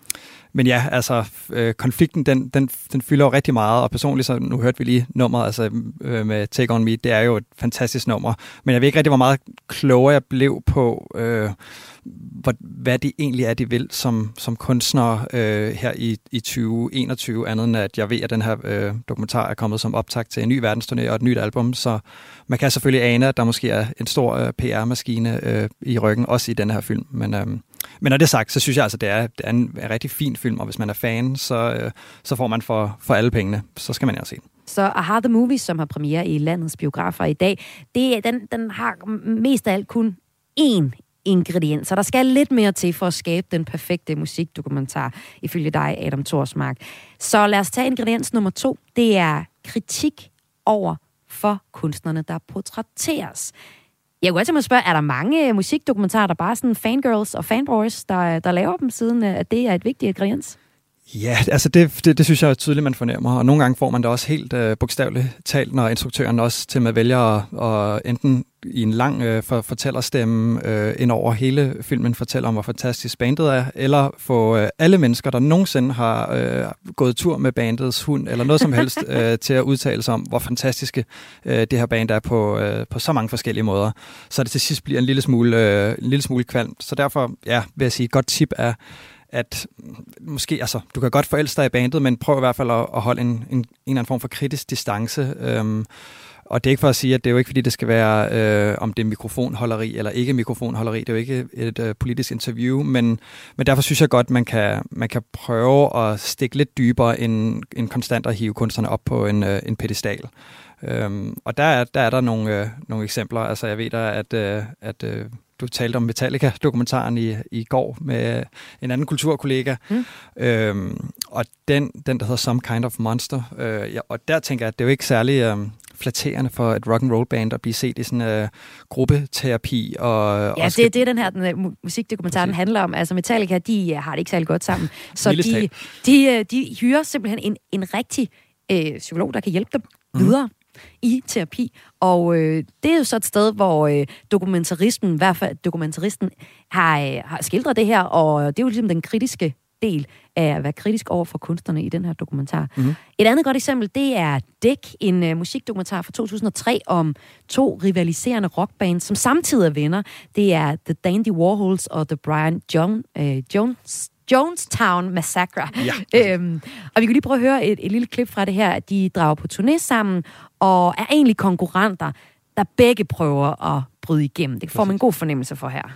men ja, altså øh, konflikten, den, den, den fylder jo rigtig meget, og personligt, så nu hørte vi lige nummeret altså, øh, med Take On Me, det er jo et fantastisk nummer, men jeg ved ikke rigtig, hvor meget klogere jeg blev på, øh, hvad, hvad det egentlig er, de vil som, som kunstner øh, her i, i tyve enogtyve, andet end at jeg ved, at den her øh, dokumentar er kommet som optakt til en ny verdensturné og et nyt album, så man kan selvfølgelig ane, at der måske er en stor øh, P R-maskine øh, i ryggen, også i den her film, men, øh, men når det er sagt, så synes jeg altså, det er, det er en, en rigtig fin film, og hvis man er fan, så, øh, så får man for, for alle pengene, så skal man jo se den. Så Aha The Movie, som har premiere i landets biografer i dag, det, den, den har mest af alt kun én ingrediens, så der skal lidt mere til for at skabe den perfekte musikdokumentar, ifølge dig, Adam Torsmark. Så lad os tage ingrediens nummer to. Det er kritik over for kunstnerne, der portrætteres. Jeg kunne altid mig spørge, er der mange musikdokumentarer, der bare er sådan fangirls og fanboys, der, der laver dem, siden at det er et vigtigt ingrediens? Ja, altså det, det, det synes jeg er tydeligt, man fornemmer, og nogle gange får man det også helt øh, bogstaveligt talt, når instruktøren også til med vælger at, at enten i en lang øh, for, fortællerstemme øh, ind over hele filmen fortæller om, hvor fantastisk bandet er, eller få øh, alle mennesker, der nogensinde har øh, gået tur med bandets hund, eller noget som helst, øh, til at udtale sig om, hvor fantastiske øh, det her band er på, øh, på så mange forskellige måder. Så det til sidst bliver en lille smule, øh, en lille smule kvalmt. Så derfor, ja, vil jeg sige, et godt tip er, at måske, altså, du kan godt forelske dig i bandet, men prøv i hvert fald at, at holde en, en, en eller anden form for kritisk distance. Øhm, og det er ikke for at sige, at det er jo ikke, fordi det skal være, øh, om det er mikrofonholderi eller ikke mikrofonholderi. Det er jo ikke et øh, politisk interview, men, men derfor synes jeg godt, man kan, man kan prøve at stikke lidt dybere end, end konstant at hive kunstnerne op på en, øh, en pedestal. Øhm, og der er, der er der nogle, øh, nogle eksempler. Altså, jeg ved da, at, øh, at øh, du talte om Metallica-dokumentaren i, i går med en anden kulturkollega. Mm. Øhm, og den, den, der hedder Some Kind of Monster. Øh, ja, og der tænker jeg, at det er jo ikke særlig øh, flatterende for et rock'n'roll-band at blive set i sådan en øh, gruppeterapi. Og, ja, og det skal... er det, den her den, musikdokumentaren handler om. Altså Metallica, de har det ikke særlig godt sammen. Så de, de, de hyrer simpelthen en, en rigtig øh, psykolog, der kan hjælpe dem mm. videre i terapi, og øh, det er jo så et sted, hvor øh, dokumentaristen, i hvert fald dokumentaristen, har, øh, har skildret det her, og det er jo ligesom den kritiske del af at være kritisk over for kunstnerne i den her dokumentar. Mm-hmm. Et andet godt eksempel, det er Dæk, en øh, musikdokumentar fra to tusind og tre om to rivaliserende rockbands, som samtidig er venner. Det er The Dandy Warhols og The Brian John, øh, Jones Jonestown Massacre. Ja. Øhm, og vi kan lige prøve at høre et, et lille klip fra det her. De drager på turné sammen, og er egentlig konkurrenter, der begge prøver at bryde igennem. Det får man en god fornemmelse for her.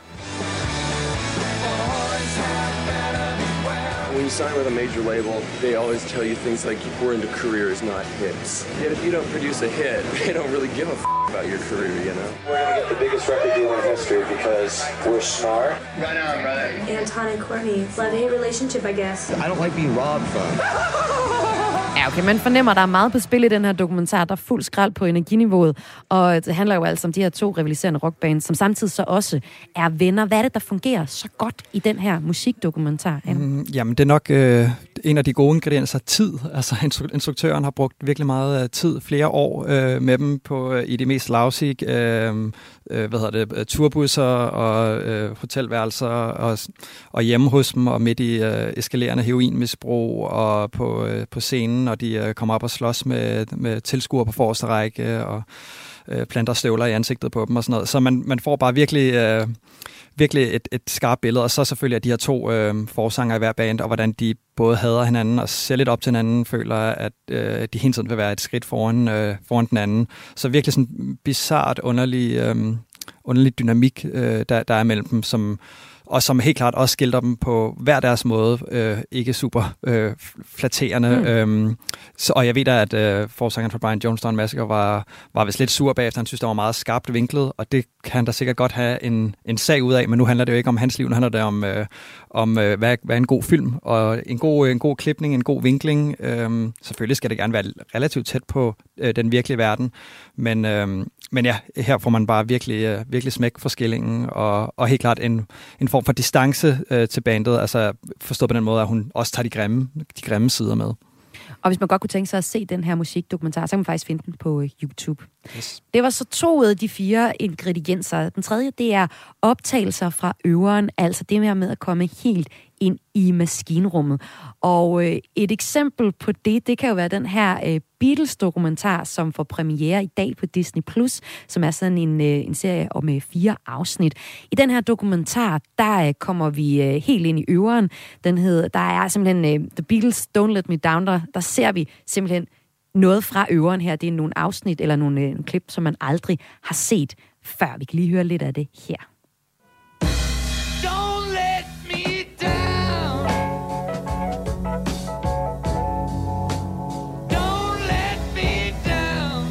When you sign with a major label, they always tell you things like we're into careers, not hits. Yet if you don't produce a hit, they don't really give a f*** about your career, you know? We're gonna get the biggest record deal in history because we're smart. Right on, brother. Anton and Courtney, love-hate relationship, I guess. I don't like being robbed, fun. Ja, okay, man fornemmer, at der er meget på spil i den her dokumentar. Der er fuld skrald på energiniveauet, og det handler jo altså om de her to rivaliserende rockbands, som samtidig så også er venner. Hvad er det, der fungerer så godt i den her musikdokumentar? Mm, jamen, det er nok øh, en af de gode ingredienser, tid. Altså, instruktøren har brugt virkelig meget tid, flere år øh, med dem på øh, i de mest lousy, øh, øh, hvad hedder det, turbusser og øh, hotelværelser og, og hjemme hos dem, og midt i øh, eskalerende heroinmisbrug og på, øh, på scenen, og de øh, kommer op og slås med, med tilskuere på forreste række og øh, planter støvler i ansigtet på dem og sådan noget. Så man, man får bare virkelig, øh, virkelig et, et skarpt billede. Og så selvfølgelig at de her to øh, forsanger i hver band, og hvordan de både hader hinanden og ser lidt op til hinanden, føler, at øh, de hele tiden vil være et skridt foran, øh, foran den anden. Så virkelig sådan bizarrt underlig, øh, underlig dynamik, øh, der, der er mellem dem, som og som helt klart også skildrer dem på hver deres måde, øh, ikke super øh, flatterende. Mm. Øhm, så, og jeg ved da, at øh, forsangeren for Brian Jonestown Massacre var, var vist lidt sur bagefter. Han synes, det var meget skarpt vinklet, og det kan han da sikkert godt have en, en sag ud af, men nu handler det jo ikke om hans liv, nu handler det om, øh, om øh, hvad, hvad er en god film, og en god, en god klipning, en god vinkling. Øhm, selvfølgelig skal det gerne være relativt tæt på øh, den virkelige verden, men, øh, men ja, her får man bare virkelig, øh, virkelig smæk for skillingen, og, og helt klart en, en form for distance øh, til bandet, altså forstået på den måde, at hun også tager de grimme, de grimme sider med. Og hvis man godt kunne tænke sig at se den her musikdokumentar, så kan man faktisk finde den på YouTube. Yes. Det var så to af de fire ingredienser. Den tredje, det er optagelser fra øveren, altså det her med at komme helt ind i maskinrummet. Og øh, et eksempel på det, det kan jo være den her øh, Beatles-dokumentar, som får premiere i dag på Disney plus, som er sådan en, øh, en serie om øh, fire afsnit. I den her dokumentar, der øh, kommer vi øh, helt ind i øveren. Den hedder, der er simpelthen øh, The Beatles Don't Let Me Down, der, der ser vi simpelthen noget fra øveren her. Det er nogle afsnit eller nogle øh, klip, som man aldrig har set før. Vi kan lige høre lidt af det her. Don't let me down. Don't let me down.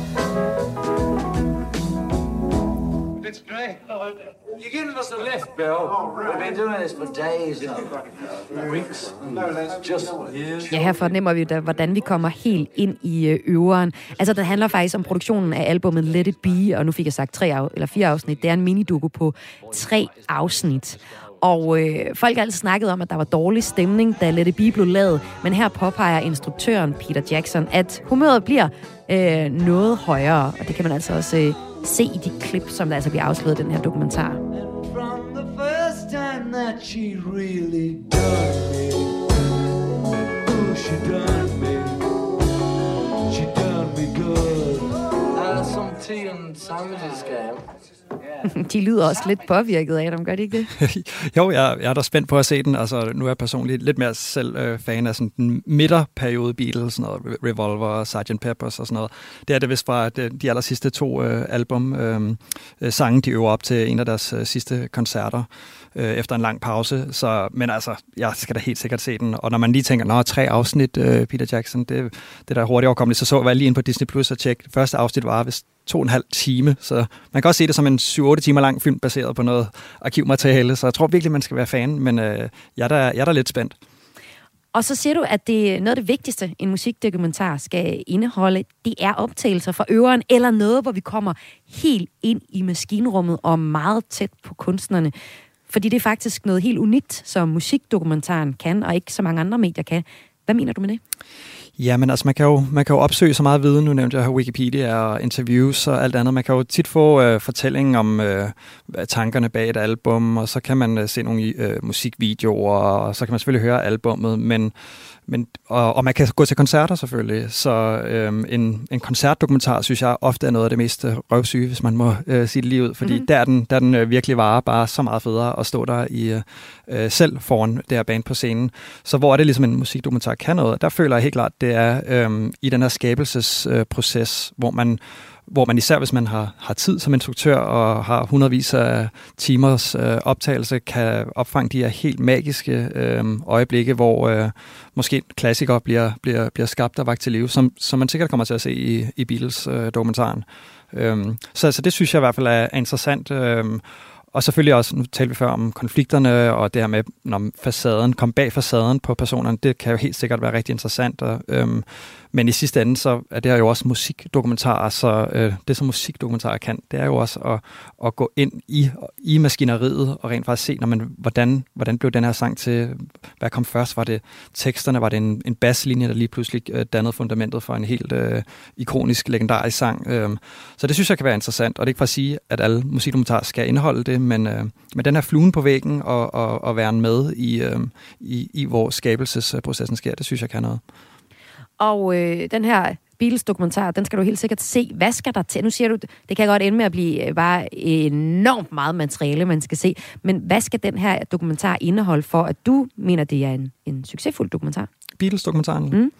It's great. You're giving us a lift, Bill. We've been doing this for days, you know. Weeks. Just years. Ja, her fornemmer vi da, hvordan vi kommer helt ind i øveren. Altså, det handler faktisk om produktionen af albumet Let It Be, og nu fik jeg sagt tre af, eller fire afsnit. Det er en minidukke på tre afsnit. Og øh, folk har altid snakket om, at der var dårlig stemning, da Let It Be blev lavet. Men her påpeger instruktøren Peter Jackson, at humøret bliver øh, noget højere. Og det kan man altså også øh, se i de klip, som der altså bliver afsløret i den her dokumentar. From the first time that she really done me. Ooh, she done me. She done me good. Uh, some tea and sandwiches, game. De lyder også lidt påvirket af dem, gør de ikke det? Jo, jeg, jeg er da spændt på at se den. Altså, nu er jeg personligt lidt mere selv øh, fan af sådan den midterperiode Beatles, sådan noget, Revolver og sergeant Peppers og sådan noget. Det er det vist fra de, de aller sidste to øh, album. Øh, sange, de øver op til en af deres øh, sidste koncerter øh, efter en lang pause. Så, men altså, jeg skal da helt sikkert se den. Og når man lige tænker, nå, tre afsnit, øh, Peter Jackson, det, det der hurtigt overkommeligt, så så jeg lige ind på Disney plus og tjekke. Det første afsnit var vist to og en halv time, så man kan også se det som en syv otte timer lang film, baseret på noget arkivmateriale, så jeg tror virkelig, man skal være fan, men øh, jeg, er da, jeg er da lidt spændt. Og så siger du, at det noget af det vigtigste, en musikdokumentar skal indeholde, det er optagelser fra øveren, eller noget, hvor vi kommer helt ind i maskinrummet og meget tæt på kunstnerne. Fordi det er faktisk noget helt unikt, som musikdokumentaren kan, og ikke så mange andre medier kan. Hvad mener du med det? Ja, men altså man kan, jo, man kan jo opsøge så meget viden. Nu nævnte jeg Wikipedia og interviews og alt andet. Man kan jo tit få øh, fortælling om øh, tankerne bag et album, og så kan man øh, se nogle øh, musikvideoer, og så kan man selvfølgelig høre albummet, men, men, og, og man kan gå til koncerter selvfølgelig. Så øh, en, en koncertdokumentar, synes jeg, ofte er noget af det mest røvsyge, hvis man må øh, sige det lige ud, fordi mm-hmm. der er den, der er den øh, virkelig varer bare så meget federe at stå der i øh, selv foran det her band på scenen. Så hvor er det ligesom en musikdokumentar kan noget? Der føler jeg helt klart, det er øhm, i den her skabelsesproces, øh, hvor man hvor man især, hvis man har, har tid som instruktør og har hundredvis af timers øh, optagelse, kan opfange de her helt magiske øh, øjeblikke, hvor øh, måske klassikere bliver, bliver, bliver skabt og vagt til live, som, som man sikkert kommer til at se i, i Beatles-dokumentaren. Øh, øhm, så, så det synes jeg i hvert fald er, er interessant. Øh, Og selvfølgelig også, nu talte vi før om konflikterne, og det her med, når facaden, kom bag facaden på personerne, det kan jo helt sikkert være rigtig interessant. Og, øhm, men i sidste ende, så er det jo også musikdokumentarer, så øh, det som musikdokumentarer kan, det er jo også at, at gå ind i, i maskineriet, og rent faktisk se, når man, hvordan, hvordan blev den her sang til, hvad kom først? Var det teksterne, var det en, en basslinje, der lige pludselig øh, dannede fundamentet for en helt øh, ikonisk, legendarisk sang? Øh, så det synes jeg kan være interessant, og det er ikke for at sige, at alle musikdokumentarer skal indeholde det, men, øh, men den her fluen på væggen og, og, og være med i, øh, i, i hvor skabelsesprocessen sker, det synes jeg kan noget. Og øh, den her Beatles-dokumentar, den skal du helt sikkert se. Hvad skal der til? Nu siger du, det kan godt ende med at blive bare enormt meget materiale, man skal se. Men hvad skal den her dokumentar indeholde for, at du mener, det er en, en succesfuld dokumentar? Beatles-dokumentaren? Mm.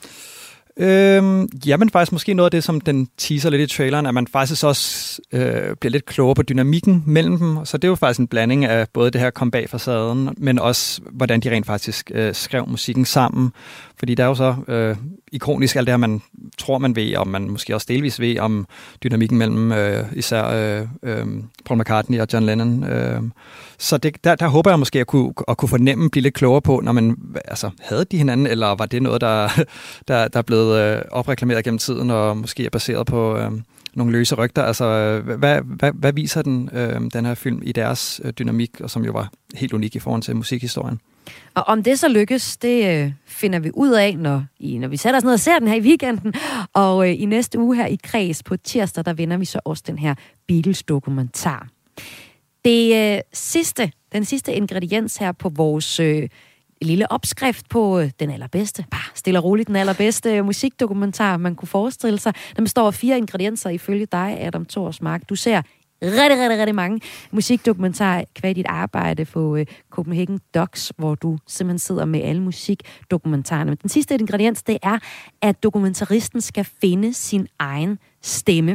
Øhm, jamen faktisk måske noget af det, som den teaser lidt i traileren, at man faktisk også øh, bliver lidt klogere på dynamikken mellem dem. Så det er jo faktisk en blanding af både det her kom bag facaden, men også hvordan de rent faktisk øh, skrev musikken sammen. Fordi der er jo så øh, ikonisk alt det her, man tror, man ved, og man måske også delvis ved om dynamikken mellem øh, især øh, øh, Paul McCartney og John Lennon. Øh. Så det, der, der håber jeg måske at kunne, at kunne fornemme, blive lidt klogere på, når man altså, havde de hinanden, eller var det noget, der, der, der er blevet øh, opreklameret gennem tiden, og måske er baseret på øh, nogle løse rygter. Altså, hvad, hvad, hvad viser den, øh, den her film i deres øh, dynamik, og som jo var helt unik i forhold til musikhistorien? Og om det så lykkes, det øh, finder vi ud af, når, i, når vi sætter os ned og ser den her i weekenden. Og øh, i næste uge her i Kreds på tirsdag, der vinder vi så også den her Beatles-dokumentar. Det øh, sidste, den sidste ingrediens her på vores øh, en lille opskrift på øh, den allerbedste, bare stille og roligt, den allerbedste musikdokumentar, man kunne forestille sig. Der består af fire ingredienser ifølge dig, Adam Thorsmark. Du ser rigtig, rigtig, rigtig mange musikdokumentarer kvad dit arbejde på øh, Copenhagen Docs, hvor du simpelthen sidder med alle musikdokumentarerne. Men den sidste ingrediens, det er, at dokumentaristen skal finde sin egen stemme.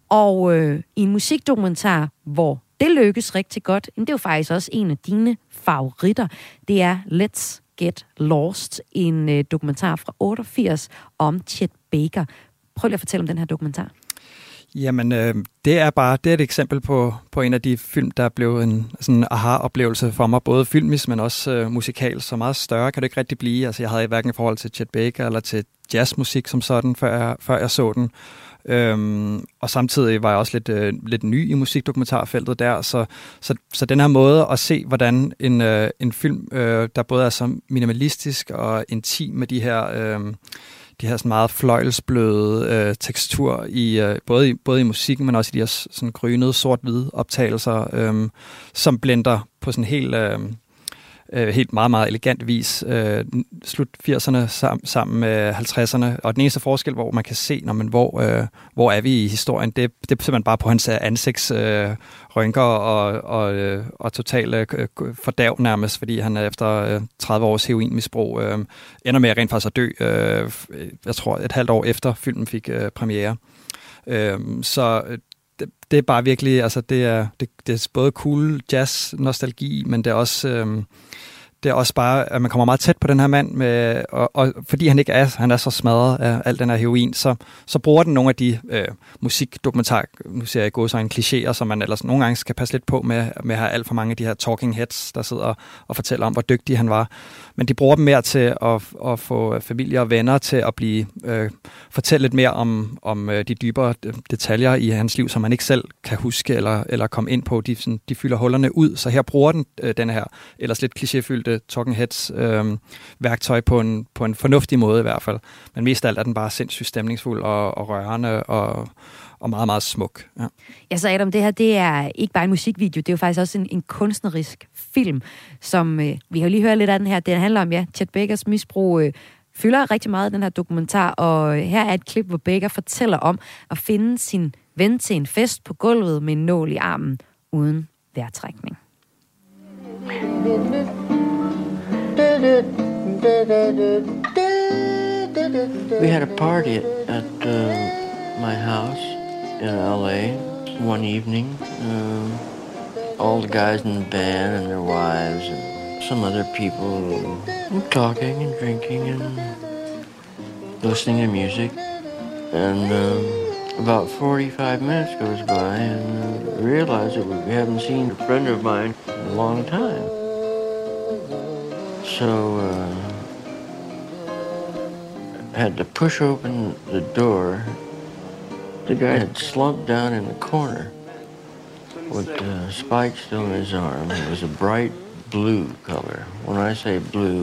Og øh, i en musikdokumentar, hvor det lykkes rigtig godt, det er jo faktisk også en af dine favoritter, det er Let's Get Lost, en øh, dokumentar fra otteogfirs om Chet Baker. Prøv lige at fortælle om den her dokumentar. Jamen, øh, det er bare det er et eksempel på, på en af de film, der blev en sådan aha-oplevelse for mig, både filmisk, men også øh, musikal, så meget større kan det ikke rigtig blive. Altså, jeg havde hverken i forhold til Chet Baker eller til jazzmusik som sådan, før jeg, før jeg så den. Øhm, og samtidig var jeg også lidt, øh, lidt ny i musikdokumentarfeltet der, så, så, så den her måde at se, hvordan en, øh, en film, øh, der både er så minimalistisk og intim med de her... Øh, de her sådan meget fløjelsbløde øh, tekstur i øh, både i både i musikken, men også i de her sådan grynede sort-hvide optagelser, øh, som blender på sådan helt øh, øh, helt meget meget elegant vis øh, slut firserne sam, sammen med halvtredserne, og den eneste forskel, hvor man kan se, når man hvor øh, hvor er vi i historien, det, det er simpelthen bare på hans ansigts øh, rynker og og øh, og totale øh, fordav nærmest, fordi han efter øh, tredive års heroinmisbrug øh, ender med at rent faktisk at dø. Øh, jeg tror et halvt år efter filmen fik øh, premiere. Øh, så det, det er bare virkelig, altså det er det, det er både cool jazz nostalgi, men det er også øh, det er også bare, at man kommer meget tæt på den her mand, med, og, og fordi han ikke er, han er så smadret af al den her heroin, så, så bruger den nogle af de øh, musikdokumentar, nu ser jeg gå så en klichéer, som man ellers nogle gange skal passe lidt på med, med at have alt for mange af de her talking heads, der sidder og fortæller om, hvor dygtig han var. Men de bruger dem mere til at, at få familie og venner til at blive øh, fortælle lidt mere om, om øh, de dybere detaljer i hans liv, som man ikke selv kan huske eller, eller komme ind på. De, sådan, de fylder hullerne ud, så her bruger den øh, den her ellers lidt klichéfyldte talking heads øh, værktøj på en, på en fornuftig måde i hvert fald. Men mest af alt er den bare sindssygt stemningsfuld og, og rørende og, og meget, meget smuk. Ja. Ja, så Adam, det her, det er ikke bare en musikvideo, det er jo faktisk også en, en kunstnerisk film, som øh, vi har jo lige hørt lidt af den her. Det handler om, ja, Chet Bakers misbrug øh, fylder rigtig meget i den her dokumentar, og her er et klip, hvor Baker fortæller om at finde sin ven til en fest på gulvet med en nål i armen uden vejrtrækning. We had a party at, at uh, my house in L A one evening. Um, all the guys in the band and their wives and some other people talking and drinking and listening to music. And um, about forty-five minutes goes by and uh, I realize that we haven't seen a friend of mine in a long time. So uh, I had to push open the door. The guy had slumped down in the corner with uh, spikes still in his arm. It was a bright blue color. When I say blue,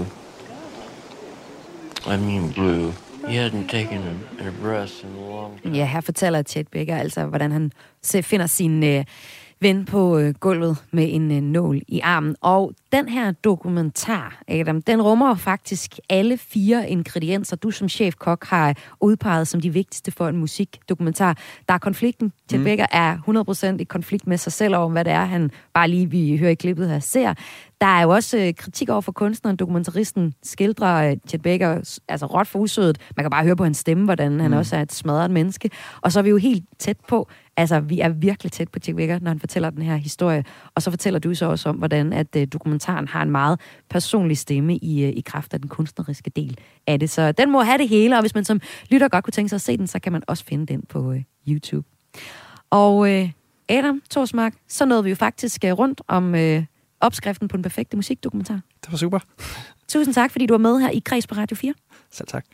I mean blue. He hadn't taken a, a breath in a long time. Ja, her fortæller Chet Baker altså, hvordan han finder sin øh, ven på øh, gulvet med en øh, nål i armen. Og den her dokumentar, Adam, den rummer faktisk alle fire ingredienser, du som chefkok har udpeget som de vigtigste for en musikdokumentar. Der er konflikten. Chet mm. Baker er hundrede procent i konflikt med sig selv over, hvad det er, han bare lige, vi hører i klippet her, ser. Der er jo også øh, kritik over for kunstneren. Dokumentaristen skildrer øh, Chet Baker altså råt for usødet. Man kan bare høre på hans stemme, hvordan mm. han også er et smadret menneske. Og så er vi jo helt tæt på, altså vi er virkelig tæt på Chet Baker, når han fortæller den her historie. Og så fortæller du så også om, hvordan at øh, dokumentaren har en meget personlig stemme i, øh, i kraft af den kunstneriske del af det. Så den må have det hele, og hvis man som lytter godt kunne tænke sig at se den, så kan man også finde den på øh, YouTube. Og øh, Adam Thorsmark, så nåede vi jo faktisk øh, rundt om øh, opskriften på den perfekte musikdokumentar. Det var super. Tusind tak, fordi du var med her i Kreds på Radio fire. Selv tak.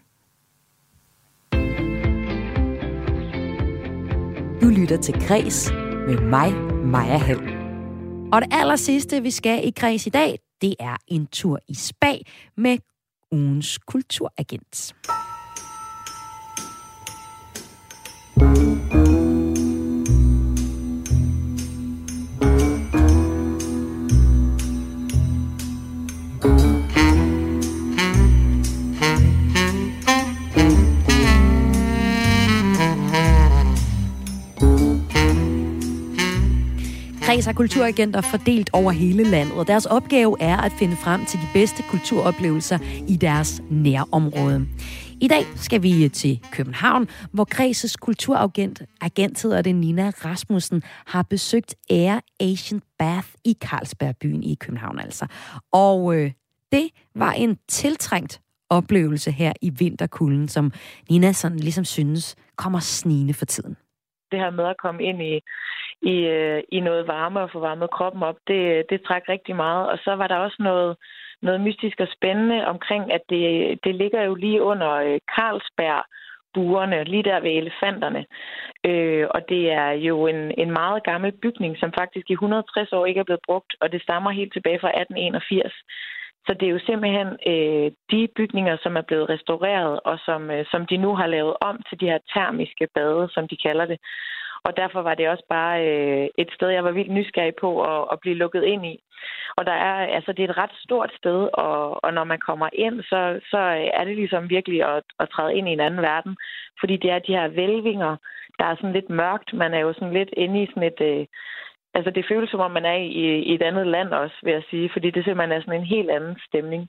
Du lytter til Kreds med mig, Maja Hall. Og det aller sidste, vi skal i Kreds i dag, det er en tur i spa med ugens kulturagent. kreds af kulturagenter fordelt over hele landet, og deres opgave er at finde frem til de bedste kulturoplevelser i deres nærområde. I dag skal vi til København, hvor kredsets kulturagent, agent hedder det Nina Rasmussen, har besøgt Air Asian Bath i Carlsbergbyen i København altså. Og øh, det var en tiltrængt oplevelse her i vinterkulden, som Nina sådan ligesom synes kommer snigende for tiden. Det her med at komme ind i, i, i noget varme og få varmet kroppen op, det, det træk rigtig meget. Og så var der også noget, noget mystisk og spændende omkring, at det, det ligger jo lige under Carlsberg-burerne, lige der ved elefanterne. Øh, og det er jo en, en meget gammel bygning, som faktisk i et hundrede og tres år ikke er blevet brugt, og det stammer helt tilbage fra atten enogfirs. Så det er jo simpelthen øh, de bygninger, som er blevet restaureret, og som, øh, som de nu har lavet om til de her termiske bade, som de kalder det. Og derfor var det også bare øh, et sted, jeg var vildt nysgerrig på at, at blive lukket ind i. Og der er, altså, det er et ret stort sted, og, og når man kommer ind, så, så er det ligesom virkelig at, at træde ind i en anden verden. Fordi det er de her hvælvinger, der er sådan lidt mørkt. Man er jo sådan lidt inde i sådan et... Øh, Altså, det føles som om, man er i, i et andet land også, vil jeg sige, fordi det simpelthen er sådan en helt anden stemning.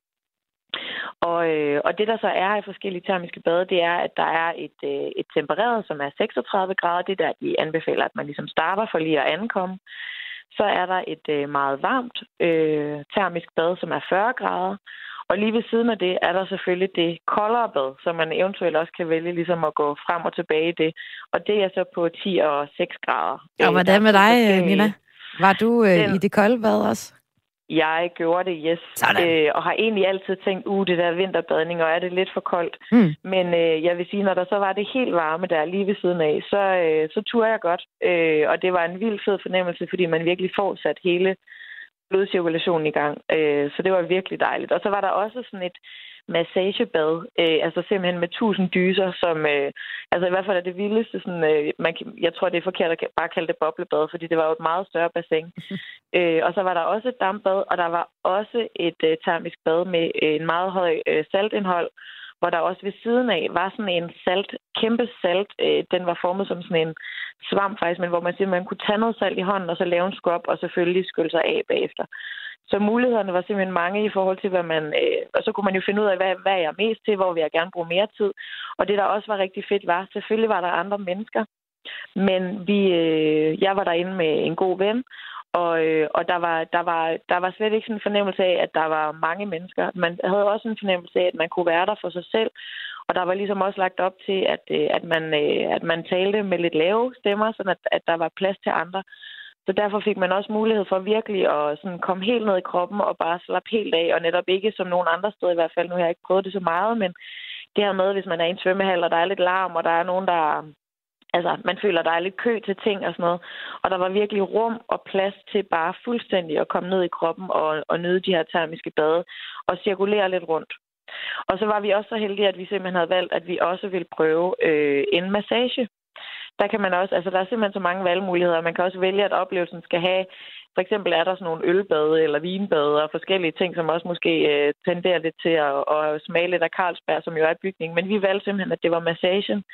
Og, øh, og det, der så er i forskellige termiske bade, det er, at der er et, øh, et tempereret, som er seksogtredive grader. Det er der, de anbefaler, at man ligesom starter for lige at ankomme. Så er der et øh, meget varmt øh, termisk bad, som er fyrre grader. Og lige ved siden af det er der selvfølgelig det koldere bad, som man eventuelt også kan vælge ligesom at gå frem og tilbage i det. Og det er så på ti og seks grader. Og hvordan med dig, Nina? Var du øh, Den, i det kolde bad også? Jeg gjorde det, yes. Øh, og har egentlig altid tænkt, uh, det der vinterbadning, og er det lidt for koldt. Mm. Men øh, jeg vil sige, når der så var det helt varme der lige ved siden af, så, øh, så turde jeg godt. Øh, og det var en vild fed fornemmelse, fordi man virkelig får sat hele blodcirkulationen i gang. Øh, så det var virkelig dejligt. Og så var der også sådan et massagebad, øh, altså simpelthen med tusind dyser, som, øh, altså i hvert fald er det vildeste, sådan, øh, man, jeg tror, det er forkert at bare kalde det boblebad, fordi det var jo et meget større bassin. øh, og så var der også et dampbad, og der var også et øh, termisk bad med øh, en meget høj øh, saltindhold, hvor der også ved siden af var sådan en salt, kæmpe salt, øh, den var formet som sådan en svamp faktisk, men hvor man siger, man kunne tage noget salt i hånden, og så lave en skub, og selvfølgelig skylle sig af bagefter. Så mulighederne var simpelthen mange i forhold til, hvad man... Øh, og så kunne man jo finde ud af, hvad, hvad jeg er mest til, hvor vil jeg gerne bruge mere tid. Og det, der også var rigtig fedt, var, selvfølgelig var der andre mennesker, men vi, øh, jeg var derinde med en god ven, og, øh, og der, var, der, var, der var slet ikke sådan en fornemmelse af, at der var mange mennesker. Man havde også en fornemmelse af, at man kunne være der for sig selv, og der var ligesom også lagt op til, at, øh, at, man, øh, at man talte med lidt lave stemmer, så at, at der var plads til andre. Så derfor fik man også mulighed for virkelig at sådan komme helt ned i kroppen og bare slappe helt af, og netop ikke som nogen andre steder i hvert fald. Nu har jeg ikke prøvet det så meget, men det her med, hvis man er i en svømmehal, og der er lidt larm, og der er nogen, der... Altså, man føler, der er lidt kø til ting og sådan noget. Og der var virkelig rum og plads til bare fuldstændig at komme ned i kroppen og, og nyde de her termiske bade og cirkulere lidt rundt. Og så var vi også så heldige, at vi simpelthen havde valgt, at vi også ville prøve øh, en massage. Der kan man også, altså der er simpelthen så mange valgmuligheder. Man kan også vælge, at oplevelsen skal have, for eksempel er der sådan nogle ølbade eller vinbade og forskellige ting, som også måske øh, tenderer lidt til at, at smage lidt af Carlsberg, som jo er bygning. Men vi valgte simpelthen, at det var massagen.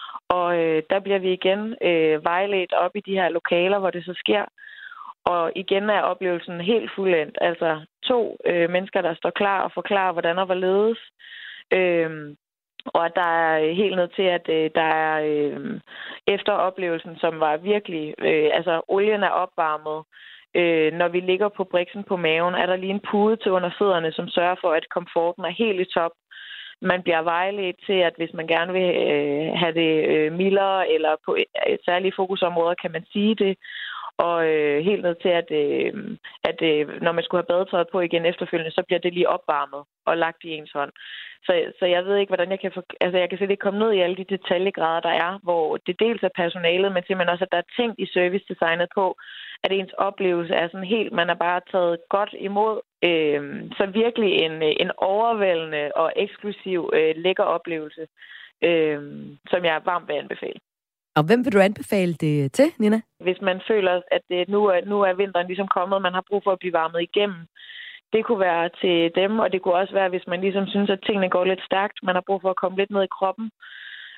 Og øh, der bliver vi igen øh, vejledt op i de her lokaler, hvor det så sker. Og igen er oplevelsen helt fuldendt. Altså to øh, mennesker, der står klar og forklarer, hvordan og hvorledes. Øh, og at der er helt ned til, at øh, der er øh, efter oplevelsen, som var virkelig... Øh, altså olien er opvarmet. Øh, når vi ligger på briksen på maven, er der lige en pude til under fødderne, som sørger for, at komforten er helt i top. Man bliver vejledt til, at hvis man gerne vil øh, have det øh, mildere, eller på et særlige fokusområder, kan man sige det. Og øh, helt ned til, at, øh, at øh, når man skulle have badetøjet på igen efterfølgende, så bliver det lige opvarmet og lagt i ens hånd. Så, så jeg ved ikke, hvordan jeg kan... For, altså, jeg kan slet ikke komme ned i alle de detaljegrader, der er, hvor det dels er personalet, men simpelthen også, at der er tænkt i servicedesignet på, at ens oplevelse er sådan helt... Man er bare taget godt imod. Øh, så virkelig en, en overvældende og eksklusiv øh, lækker oplevelse, øh, som jeg varmt vil anbefale. Og hvem vil du anbefale det til, Nina? Hvis man føler, at det, nu, er, nu er vinteren ligesom kommet, man har brug for at blive varmet igennem. Det kunne være til dem, og det kunne også være, hvis man ligesom synes, at tingene går lidt stærkt, man har brug for at komme lidt ned i kroppen.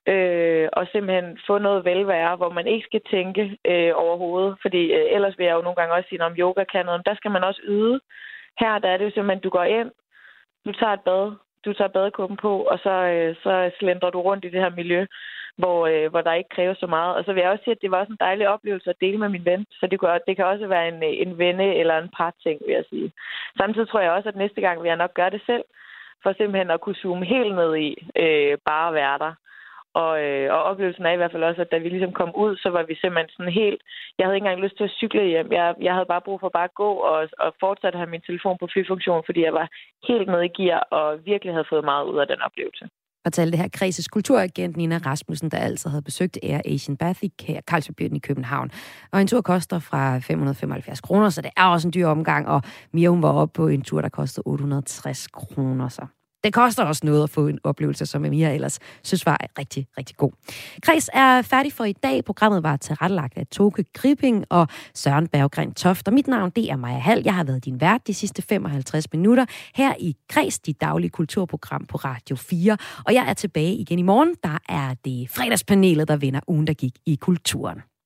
Øh, og simpelthen få noget velvære, hvor man ikke skal tænke øh, overhovedet. Fordi øh, ellers vil jeg jo nogle gange også sige, om yoga kan noget, men der skal man også yde. Her der er det jo simpelthen, du går ind, du tager et bad, du tager badekåben på, og så, øh, så slendrer du rundt i det her miljø, hvor, øh, hvor der ikke kræves så meget. Og så vil jeg også sige, at det var også en dejlig oplevelse at dele med min ven. Så det, kunne, det kan også være en, en venne eller en par-ting, vil jeg sige. Samtidig tror jeg også, at næste gang vil jeg nok gøre det selv, for simpelthen at kunne zoome helt ned i øh, bare at være der. Og, øh, og oplevelsen er i hvert fald også, at da vi ligesom kom ud, så var vi simpelthen sådan helt... Jeg havde ikke engang lyst til at cykle hjem. Jeg, jeg havde bare brug for bare at gå og, og fortsat have min telefon på flyfunktion, fordi jeg var helt nede i gear og virkelig havde fået meget ud af den oplevelse. Fortalte her Kredses kulturagent Nina Rasmussen, der altså havde besøgt Air Asian Bath i Carlsberg i København. Og en tur koster fra fem hundrede og femoghalvfjerds kroner, så det er også en dyr omgang, og Mia hun var oppe på en tur, der kostede otte hundrede og tres kroner, så... Det koster også noget at få en oplevelse, som Mia ellers synes var rigtig, rigtig god. Kreds er færdig for i dag. Programmet var tilrettelagt af Toke Gripping og Søren Berggren Toft. Og mit navn, det er Maja Hall. Jeg har været din vært de sidste femoghalvtreds minutter her i Kreds, dit daglige kulturprogram på Radio fire. Og jeg er tilbage igen i morgen. Der er det fredagspanelet, der vinder ugen, der gik i kulturen.